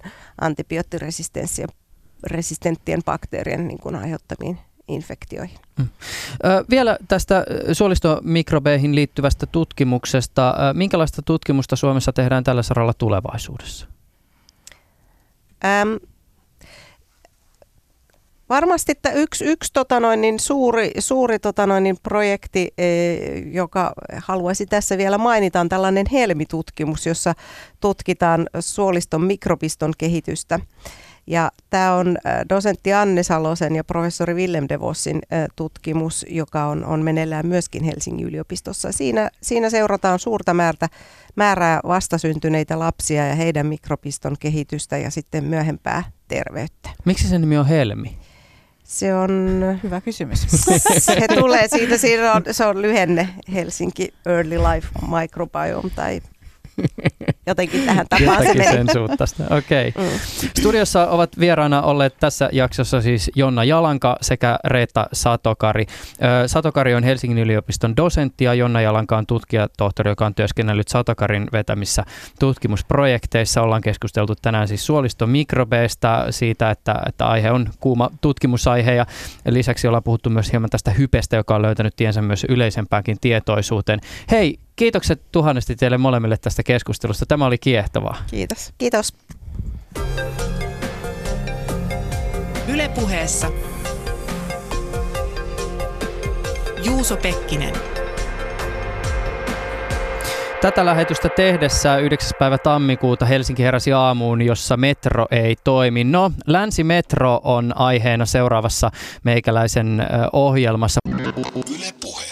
antibioottiresistenttien bakteerien niin kuin aiheuttamiin infektioihin. Mm. Ö, vielä tästä suolistomikrobeihin liittyvästä tutkimuksesta. Ö, minkälaista tutkimusta Suomessa tehdään tällä saralla tulevaisuudessa? Ähm, varmasti että yksi, yksi tota noin, niin suuri, suuri tota noin, niin projekti, e, joka haluaisin tässä vielä mainita, on tällainen Helmi-tutkimus, jossa tutkitaan suoliston mikrobiston kehitystä. Ja tämä on dosentti Anne Salosen ja professori Willem de Vossin tutkimus, joka on, on meneillään myöskin Helsingin yliopistossa. Siinä, siinä seurataan suurta määrää, määrää vastasyntyneitä lapsia ja heidän mikrobiston kehitystä ja sitten myöhempää terveyttä. Miksi sen nimi on Helmi? Se on... Hyvä kysymys. Se tulee siitä, siinä on, se on lyhenne Helsinki Early Life Microbiome tai... Jotenkin tähän tapaan se meni. Sen suuttaista. Okei. Okay. Mm. Studiossa ovat vieraana olleet tässä jaksossa siis Jonna Jalanka sekä Reetta Satokari. Satokari on Helsingin yliopiston dosentti ja Jonna Jalanka on tutkijatohtori, joka on työskennellyt Satokarin vetämissä tutkimusprojekteissa. Ollaan keskusteltu tänään siis suolistomikrobeista, siitä, että, että aihe on kuuma tutkimusaihe, ja lisäksi ollaan puhuttu myös hieman tästä hypestä, joka on löytänyt tiensä myös yleisempäänkin tietoisuuteen. Hei! Kiitokset tuhannesti teille molemmille tästä keskustelusta. Tämä oli kiehtovaa. Kiitos. Kiitos. Yle Puheessa Juuso Pekkinen. Tätä lähetystä tehdessä yhdeksäs päivä tammikuuta Helsinki heräsi aamuun, jossa metro ei toimi. No, Länsimetro on aiheena seuraavassa meikäläisen ohjelmassa. Yle Puhe.